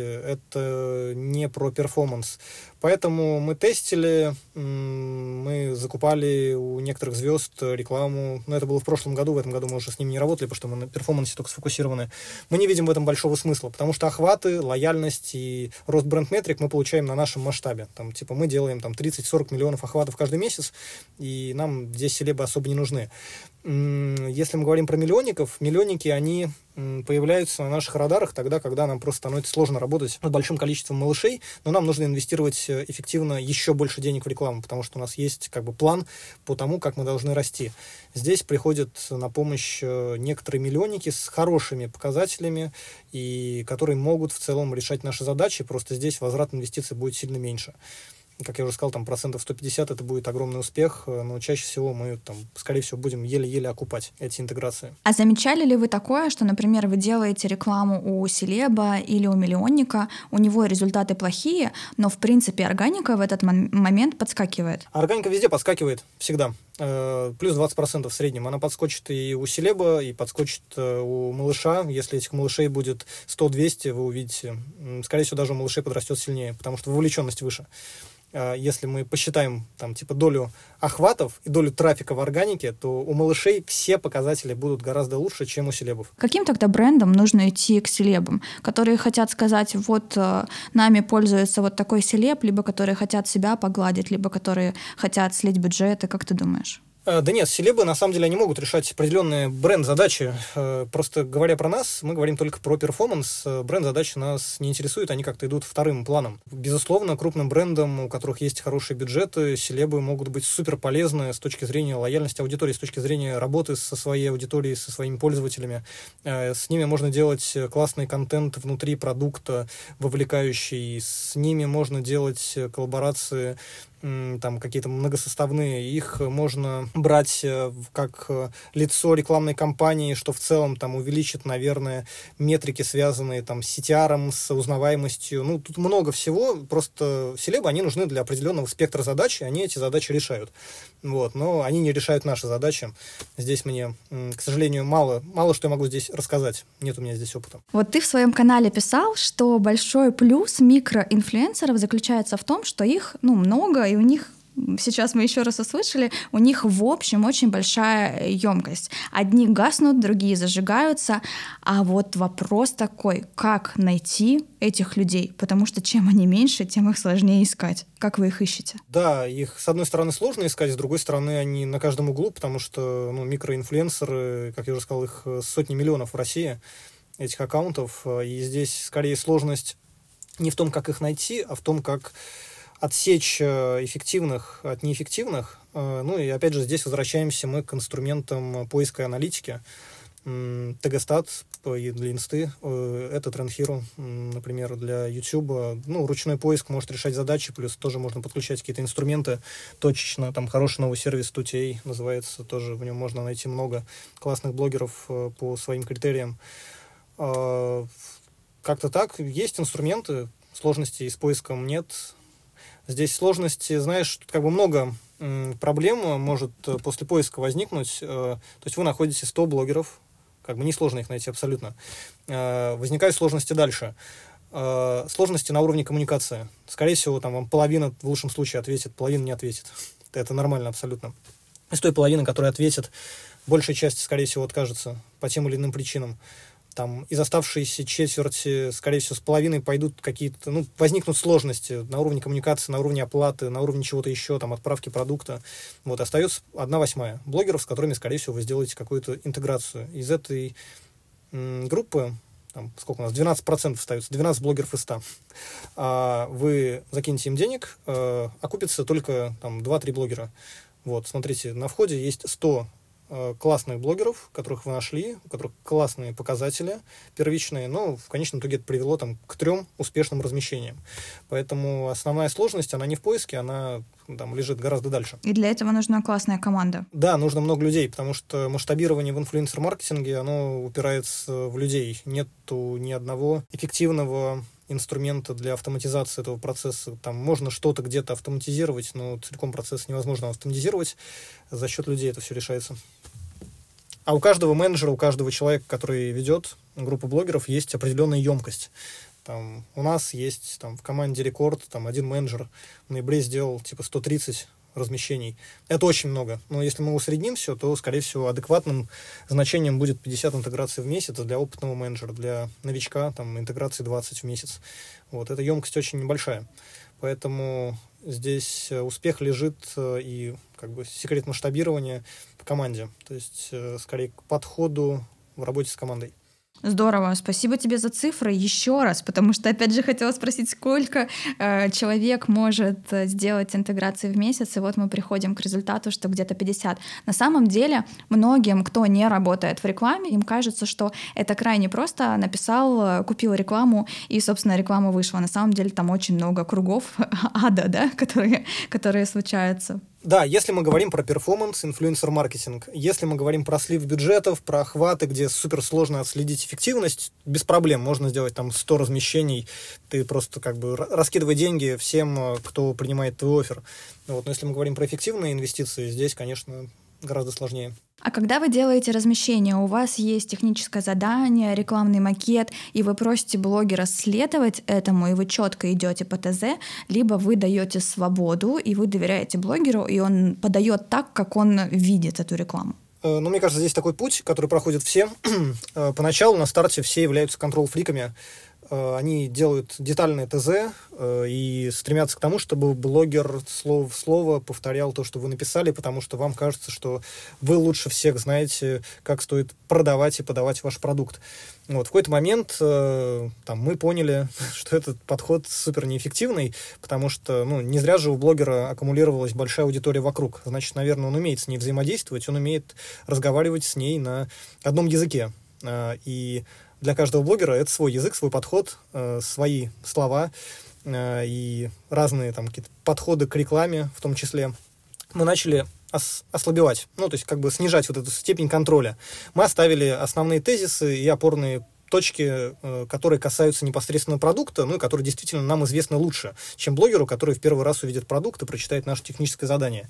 Это не про перформанс. Поэтому мы тестили, мы закупали у некоторых звезд рекламу. Но это было в прошлом году, в этом году мы уже с ними не работали, потому что мы на перформансе только сфокусированы. Мы не видим в этом большого смысла, потому что охваты, лояльность и рост бренд-метрик мы получаем на нашем масштабе. Там, типа, мы делаем там, тридцать-сорок миллионов охватов каждый месяц, и нам нам здесь селебы особо не нужны. Если мы говорим про миллионников, миллионники, они появляются на наших радарах тогда, когда нам просто становится сложно работать с большим количеством малышей, но нам нужно инвестировать эффективно еще больше денег в рекламу, потому что у нас есть как бы план по тому, как мы должны расти. Здесь приходят на помощь некоторые миллионники с хорошими показателями, и которые могут в целом решать наши задачи, просто здесь возврат инвестиций будет сильно меньше. Как я уже сказал, там процентов сто пятьдесят это будет огромный успех, но чаще всего мы, там, скорее всего, будем еле-еле окупать эти интеграции. А замечали ли вы такое, что, например, вы делаете рекламу у селеба или у миллионника, у него результаты плохие, но, в принципе, органика в этот момент подскакивает? Органика везде подскакивает, всегда. Плюс двадцать процентов в среднем. Она подскочит и у селеба, и подскочит у малыша. Если этих малышей будет сто-двести, вы увидите. Скорее всего, даже у малышей подрастет сильнее, потому что вовлеченность выше. Если мы посчитаем там, типа, долю охватов и долю трафика в органике, то у малышей все показатели будут гораздо лучше, чем у селебов. Каким тогда брендам нужно идти к селебам? Которые хотят сказать, вот э, нами пользуется вот такой селеб, либо которые хотят себя погладить, либо которые хотят слить бюджеты, как ты думаешь? Да нет, селебы, на самом деле, они могут решать определенные бренд-задачи. Просто говоря про нас, мы говорим только про перформанс. Бренд-задачи нас не интересуют, они как-то идут вторым планом. Безусловно, крупным брендам, у которых есть хорошие бюджеты, селебы могут быть супер полезны с точки зрения лояльности аудитории, с точки зрения работы со своей аудиторией, со своими пользователями. С ними можно делать классный контент внутри продукта, вовлекающий. С ними можно делать коллаборации, там какие-то многосоставные, их можно брать как лицо рекламной кампании, что в целом там увеличит, наверное, метрики, связанные там с си ти ар, с узнаваемостью. Ну, тут много всего, просто селебы, они нужны для определенного спектра задач, и они эти задачи решают. Вот, но они не решают наши задачи. Здесь мне, к сожалению, мало, мало что я могу здесь рассказать. Нет у меня здесь опыта. Вот ты в своем канале писал, что большой плюс микроинфлюенсеров заключается в том, что их, ну, много, и у них, сейчас мы еще раз услышали, у них в общем очень большая емкость. Одни гаснут, другие зажигаются. А вот вопрос такой, как найти этих людей? Потому что чем они меньше, тем их сложнее искать. Как вы их ищете? Да, их, с одной стороны, сложно искать, с другой стороны, они на каждом углу, потому что ну, микроинфлюенсеры, как я уже сказал, их сотни миллионов в России, этих аккаунтов. И здесь, скорее, сложность не в том, как их найти, а в том, как отсечь эффективных от неэффективных. Ну и опять же здесь возвращаемся мы к инструментам поиска и аналитики. Тегостат для инсты, это Trend Hero, например, для YouTube. Ну, ручной поиск может решать задачи, плюс тоже можно подключать какие-то инструменты точечно. Там хороший новый сервис ту ти эй называется, тоже в нем можно найти много классных блогеров по своим критериям. Как-то так. Есть инструменты, сложностей с поиском нет. Здесь сложности, знаешь, тут как бы много м, проблем может после поиска возникнуть. Э, то есть вы находите сто блогеров, как бы несложно их найти абсолютно. Э, возникают сложности дальше. Э, сложности на уровне коммуникации. Скорее всего, там вам половина в лучшем случае ответит, половина не ответит. Это нормально абсолютно. Из той половины, которая ответит, большая часть, скорее всего, откажется по тем или иным причинам. Там из оставшейся четверти, скорее всего, с половиной пойдут какие-то, ну, возникнут сложности на уровне коммуникации, на уровне оплаты, на уровне чего-то еще, там, отправки продукта. Вот, остается одна восьмая блогеров, с которыми, скорее всего, вы сделаете какую-то интеграцию. Из этой м, группы, там, сколько у нас, двенадцать процентов остается, двенадцать блогеров из ста. А вы закинете им денег, а, окупится только там два-три блогера. Вот, смотрите, на входе есть сто классных блогеров, которых вы нашли, у которых классные показатели первичные, но в конечном итоге это привело там, к трем успешным размещениям. Поэтому основная сложность, она не в поиске, она там, лежит гораздо дальше. И для этого нужна классная команда. Да, нужно много людей, потому что масштабирование в инфлюенсер-маркетинге, оно упирается в людей. Нету ни одного эффективного инструмента для автоматизации этого процесса. Там можно что-то где-то автоматизировать, но целиком процесс невозможно автоматизировать. За счет людей это все решается. А у каждого менеджера, у каждого человека, который ведет группу блогеров, есть определенная емкость. Там, у нас есть там, в команде рекорд, там один менеджер в ноябре сделал типа сто тридцать размещений. Это очень много. Но если мы усредним все, то, скорее всего, адекватным значением будет пятьдесят интеграций в месяц для опытного менеджера, для новичка там, интеграции двадцать в месяц. Вот. Эта емкость очень небольшая. Поэтому здесь успех лежит и как бы секрет масштабирования в команде. То есть, скорее, к подходу в работе с командой. Здорово, спасибо тебе за цифры еще раз, потому что, опять же, хотела спросить, сколько э, человек может сделать интеграции в месяц, и вот мы приходим к результату, что где-то пятьдесят. На самом деле, многим, кто не работает в рекламе, им кажется, что это крайне просто, написал, купил рекламу, и, собственно, реклама вышла. На самом деле там очень много кругов ада, да, которые, которые случаются. Да, если мы говорим про перформанс, инфлюенсер-маркетинг, если мы говорим про слив бюджетов, про охваты, где суперсложно отследить эффективность, без проблем, можно сделать там сто размещений, ты просто как бы раскидывай деньги всем, кто принимает твой оффер. Вот. Но если мы говорим про эффективные инвестиции, здесь, конечно, гораздо сложнее. А когда вы делаете размещение, у вас есть техническое задание, рекламный макет, и вы просите блогера следовать этому, и вы четко идете по ТЗ, либо вы даете свободу, и вы доверяете блогеру, и он подает так, как он видит эту рекламу? Ну, мне кажется, здесь такой путь, который проходит все. Поначалу на старте все являются контрол-фриками. Они делают детальное ТЗ и стремятся к тому, чтобы блогер слово в слово повторял то, что вы написали, потому что вам кажется, что вы лучше всех знаете, как стоит продавать и подавать ваш продукт. Вот. В какой-то момент там, мы поняли, что этот подход супер неэффективный, потому что ну, не зря же у блогера аккумулировалась большая аудитория вокруг. Значит, наверное, он умеет с ней взаимодействовать, он умеет разговаривать с ней на одном языке. И для каждого блогера это свой язык, свой подход, э, свои слова э, и разные там какие-то подходы к рекламе в том числе. Мы начали ос- ослабевать, ну, то есть как бы снижать вот эту степень контроля. Мы оставили основные тезисы и опорные точки, э, которые касаются непосредственно продукта, ну, и которые действительно нам известны лучше, чем блогеру, который в первый раз увидит продукт и прочитает наше техническое задание.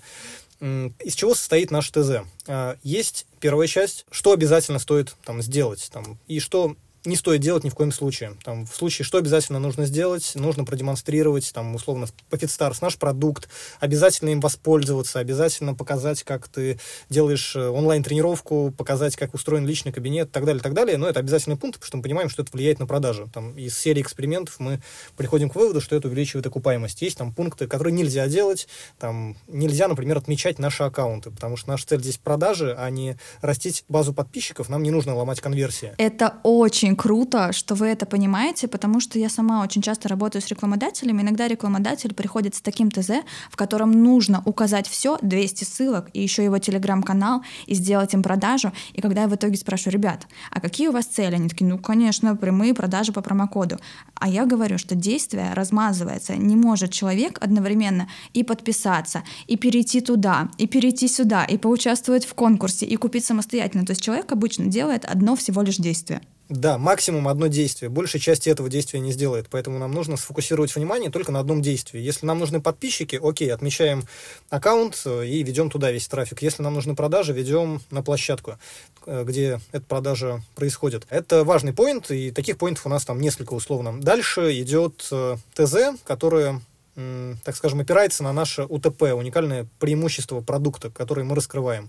Из чего состоит наш ТЗ? Есть первая часть, что обязательно стоит там, сделать, там, и что не стоит делать ни в коем случае. Там, в случае, что обязательно нужно сделать, нужно продемонстрировать, там, условно, по Fitstars наш продукт, обязательно им воспользоваться, обязательно показать, как ты делаешь онлайн-тренировку, показать, как устроен личный кабинет, и так далее, и так далее. Но это обязательный пункт, потому что мы понимаем, что это влияет на продажи. Там, из серии экспериментов мы приходим к выводу, что это увеличивает окупаемость. Есть там пункты, которые нельзя делать. Там, нельзя, например, отмечать наши аккаунты, потому что наша цель здесь продажи, а не растить базу подписчиков. Нам не нужно ломать конверсии. Это очень круто, что вы это понимаете, потому что я сама очень часто работаю с рекламодателями. Иногда рекламодатель приходит с таким ТЗ, в котором нужно указать все, двести ссылок, и еще его телеграм-канал, и сделать им продажу. И когда я в итоге спрашиваю: ребят, а какие у вас цели? Они такие: ну, конечно, прямые продажи по промокоду. А я говорю, что действие размазывается. Не может человек одновременно и подписаться, и перейти туда, и перейти сюда, и поучаствовать в конкурсе, и купить самостоятельно. То есть человек обычно делает одно всего лишь действие. Да, максимум одно действие. Большей части этого действия не сделает. Поэтому нам нужно сфокусировать внимание только на одном действии. Если нам нужны подписчики, окей, отмечаем аккаунт и ведем туда весь трафик. Если нам нужны продажи, ведем на площадку, где эта продажа происходит. Это важный поинт, и таких поинтов у нас там несколько условно. Дальше идет ТЗ, которое, так скажем, опирается на наше УТП, уникальное преимущество продукта, которое мы раскрываем.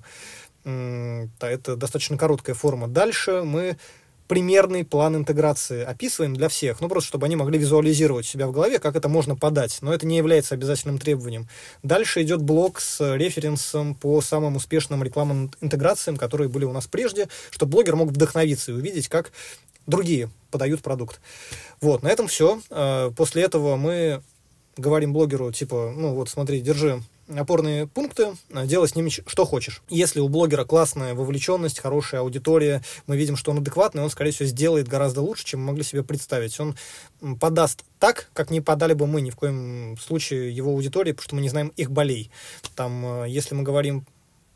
Это достаточно короткая форма. Дальше мы примерный план интеграции описываем для всех, ну просто чтобы они могли визуализировать себя в голове, как это можно подать, но это не является обязательным требованием. Дальше идет блок с референсом по самым успешным рекламным интеграциям, которые были у нас прежде, чтобы блогер мог вдохновиться и увидеть, как другие подают продукт. Вот, на этом все. После этого мы говорим блогеру, типа, ну вот смотри, держи опорные пункты, делай с ними что хочешь. Если у блогера классная вовлеченность, хорошая аудитория, мы видим, что он адекватный, он, скорее всего, сделает гораздо лучше, чем мы могли себе представить. Он подаст так, как не подали бы мы ни в коем случае его аудитории, потому что мы не знаем их болей. Там, если мы говорим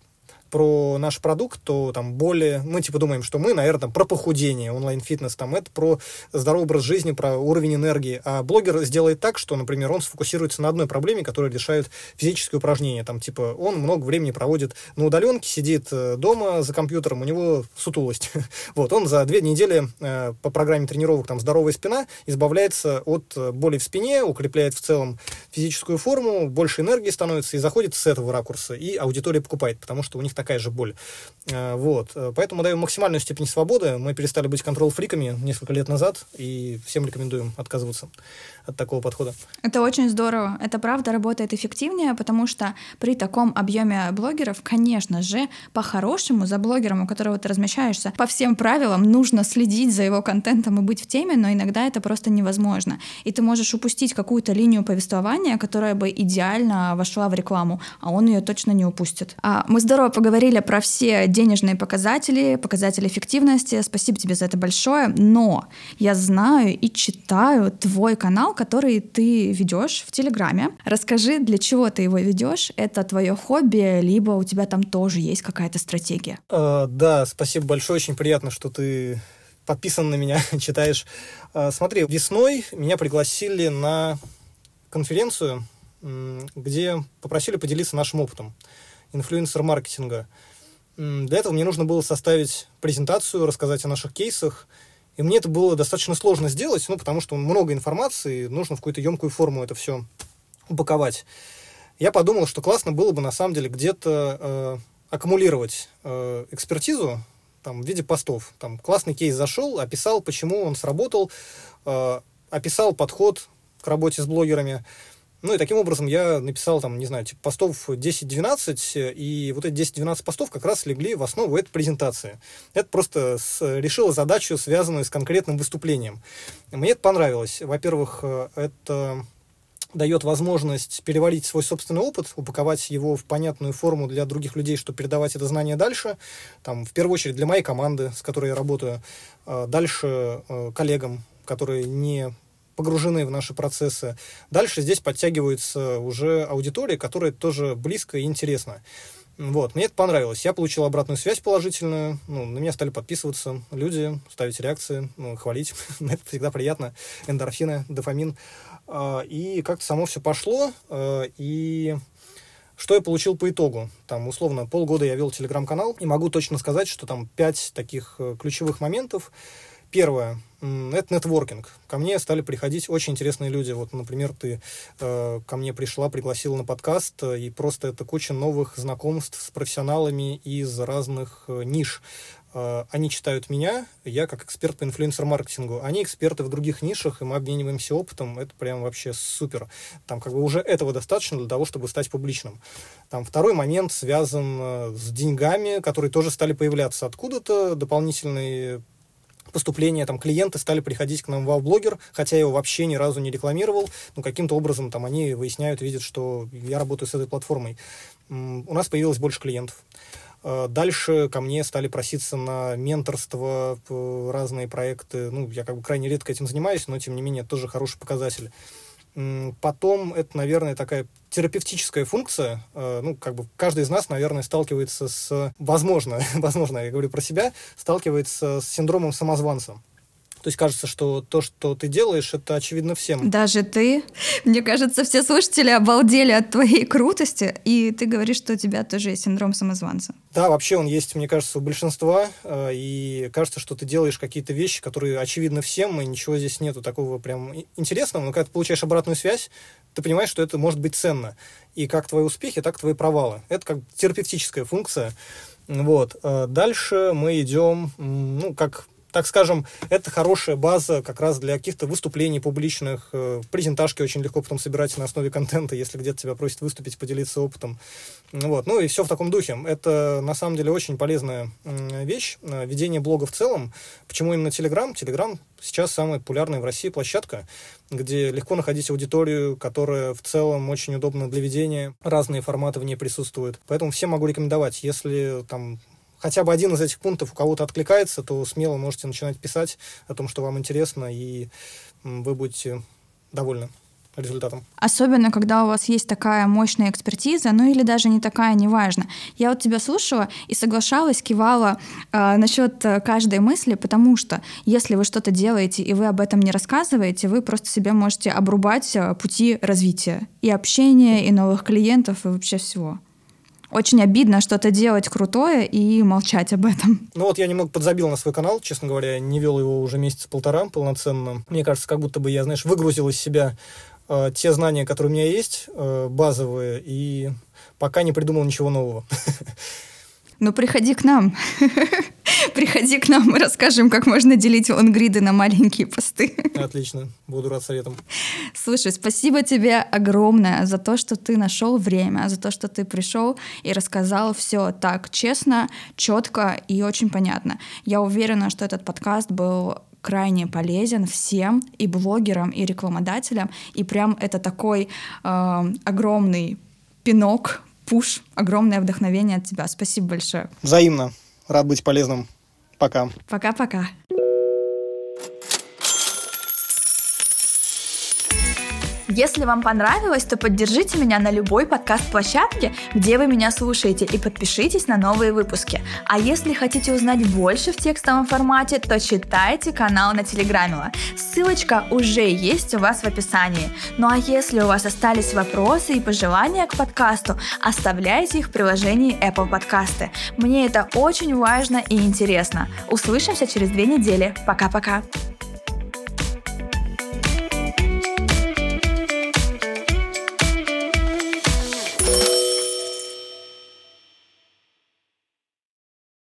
про наш продукт, то там более... Мы типа думаем, что мы, наверное, там, про похудение, онлайн-фитнес, там, это про здоровый образ жизни, про уровень энергии. А блогер сделает так, что, например, он сфокусируется на одной проблеме, которая решает физические упражнения. Там, типа, он много времени проводит на удаленке, сидит дома за компьютером, у него сутулость. Вот, он за две недели э, по программе тренировок там «Здоровая спина» избавляется от боли в спине, укрепляет в целом физическую форму, больше энергии становится и заходит с этого ракурса, и аудитория покупает, потому что у них такая же боль. Э, вот, поэтому даем максимальную степень свободы. Мы перестали быть контрол-фриками несколько лет назад, и всем рекомендуем отказываться от такого подхода. Это очень здорово. Это правда работает эффективнее, потому что при таком объеме блогеров, конечно же, по-хорошему за блогером, у которого ты размещаешься, по всем правилам нужно следить за его контентом и быть в теме, но иногда это просто невозможно. И ты можешь упустить какую-то линию повествования, которая бы идеально вошла в рекламу, а он ее точно не упустит. А мы здорово поговорили про все денежные показатели, показатели эффективности. Спасибо тебе за это большое. Но я знаю и читаю твой канал, который ты ведешь в Телеграме. Расскажи, для чего ты его ведешь? Это твое хобби, либо у тебя там тоже есть какая-то стратегия? А, да, спасибо большое. Очень приятно, что ты подписан на меня, читаешь. А, смотри, весной меня пригласили на конференцию, где попросили поделиться нашим опытом инфлюенсер-маркетинга. Для этого мне нужно было составить презентацию, рассказать о наших кейсах. И мне это было достаточно сложно сделать, ну, потому что много информации, нужно в какую-то емкую форму это все упаковать. Я подумал, что классно было бы, на самом деле, где-то э, аккумулировать э, экспертизу там, в виде постов. Там, классный кейс зашел, описал, почему он сработал, э, описал подход к работе с блогерами. Ну, и таким образом я написал, там, не знаю, типа постов десять-двенадцать, и вот эти десять-двенадцать постов как раз легли в основу этой презентации. Это просто с, решило задачу, связанную с конкретным выступлением. Мне это понравилось. Во-первых, это дает возможность переварить свой собственный опыт, упаковать его в понятную форму для других людей, чтобы передавать это знание дальше. Там, в первую очередь для моей команды, с которой я работаю, дальше коллегам, которые не погружены в наши процессы. Дальше здесь подтягивается уже аудитория, которая тоже близко и интересна. Вот, мне это понравилось. Я получил обратную связь положительную. Ну, на меня стали подписываться люди, ставить реакции, ну, хвалить. Это всегда приятно. Эндорфины, дофамин. И как-то само все пошло. И что я получил по итогу? Там, условно, полгода я вел телеграм-канал, и могу точно сказать, что там пять таких ключевых моментов. Первое – это нетворкинг. Ко мне стали приходить очень интересные люди. Вот, например, ты э, ко мне пришла, пригласила на подкаст, и просто это куча новых знакомств с профессионалами из разных э, ниш. Э, они читают меня, я как эксперт по инфлюенсер-маркетингу. Они эксперты в других нишах, и мы обмениваемся опытом. Это прям вообще супер. Там как бы уже этого достаточно для того, чтобы стать публичным. Там второй момент связан э, с деньгами, которые тоже стали появляться откуда-то, дополнительные поступления, там, клиенты стали приходить к нам в Вау-блогер, хотя я его вообще ни разу не рекламировал, но каким-то образом там они выясняют, видят, что я работаю с этой платформой. У нас появилось больше клиентов. Дальше ко мне стали проситься на менторство, разные проекты. Ну, я как бы крайне редко этим занимаюсь, но, тем не менее, это тоже хороший показатель. Потом это, наверное, такая терапевтическая функция. Ну, как бы каждый из нас, наверное, сталкивается с... Возможно, возможно, я говорю про себя, сталкивается с синдромом самозванца. То есть кажется, что то, что ты делаешь, это очевидно всем. Даже ты? Мне кажется, все слушатели обалдели от твоей крутости, и ты говоришь, что у тебя тоже есть синдром самозванца. Да, вообще он есть, мне кажется, у большинства, и кажется, что ты делаешь какие-то вещи, которые очевидны всем, и ничего здесь нету такого прям интересного, но когда ты получаешь обратную связь, ты понимаешь, что это может быть ценно. И как твои успехи, так и твои провалы. Это как терапевтическая функция. Вот. Дальше мы идем, ну, как... Так скажем, это хорошая база как раз для каких-то выступлений публичных. Презентажки очень легко потом собирать на основе контента, если где-то тебя просят выступить, поделиться опытом. Вот. Ну и все в таком духе. Это на самом деле очень полезная вещь. Ведение блога в целом. Почему именно Telegram? Telegram сейчас самая популярная в России площадка, где легко находить аудиторию, которая в целом очень удобна для ведения. Разные форматы в ней присутствуют. Поэтому всем могу рекомендовать, если там... хотя бы один из этих пунктов у кого-то откликается, то смело можете начинать писать о том, что вам интересно, и вы будете довольны. результатам. Особенно, когда у вас есть такая мощная экспертиза, ну или даже не такая, неважно. Я вот тебя слушала и соглашалась, кивала э, насчет каждой мысли, потому что если вы что-то делаете и вы об этом не рассказываете, вы просто себе можете обрубать пути развития и общения, и новых клиентов, и вообще всего. Очень обидно что-то делать крутое и молчать об этом. Ну вот я немного подзабил на свой канал, честно говоря, не вел его уже месяца полтора полноценно. Мне кажется, как будто бы я, знаешь, выгрузил из себя э, те знания, которые у меня есть, э, базовые, и пока не придумал ничего нового. Ну, приходи к нам. Приходи к нам, мы расскажем, как можно делить лонгриды на маленькие посты. Отлично, буду рад советам. Слушай, спасибо тебе огромное за то, что ты нашел время, за то, что ты пришел и рассказал все так честно, четко и очень понятно. Я уверена, что этот подкаст был крайне полезен всем, и блогерам, и рекламодателям, и прям это такой э, огромный пинок, пуш, огромное вдохновение от тебя. Спасибо большое. Взаимно. Рад быть полезным. Пока. Пока-пока. Если вам понравилось, то поддержите меня на любой подкаст-площадке, где вы меня слушаете, и подпишитесь на новые выпуски. А если хотите узнать больше в текстовом формате, то читайте канал на Телеграмила. Ссылочка уже есть у вас в описании. Ну а если у вас остались вопросы и пожелания к подкасту, оставляйте их в приложении Apple Подкасты. Мне это очень важно и интересно. Услышимся через две недели. Пока-пока.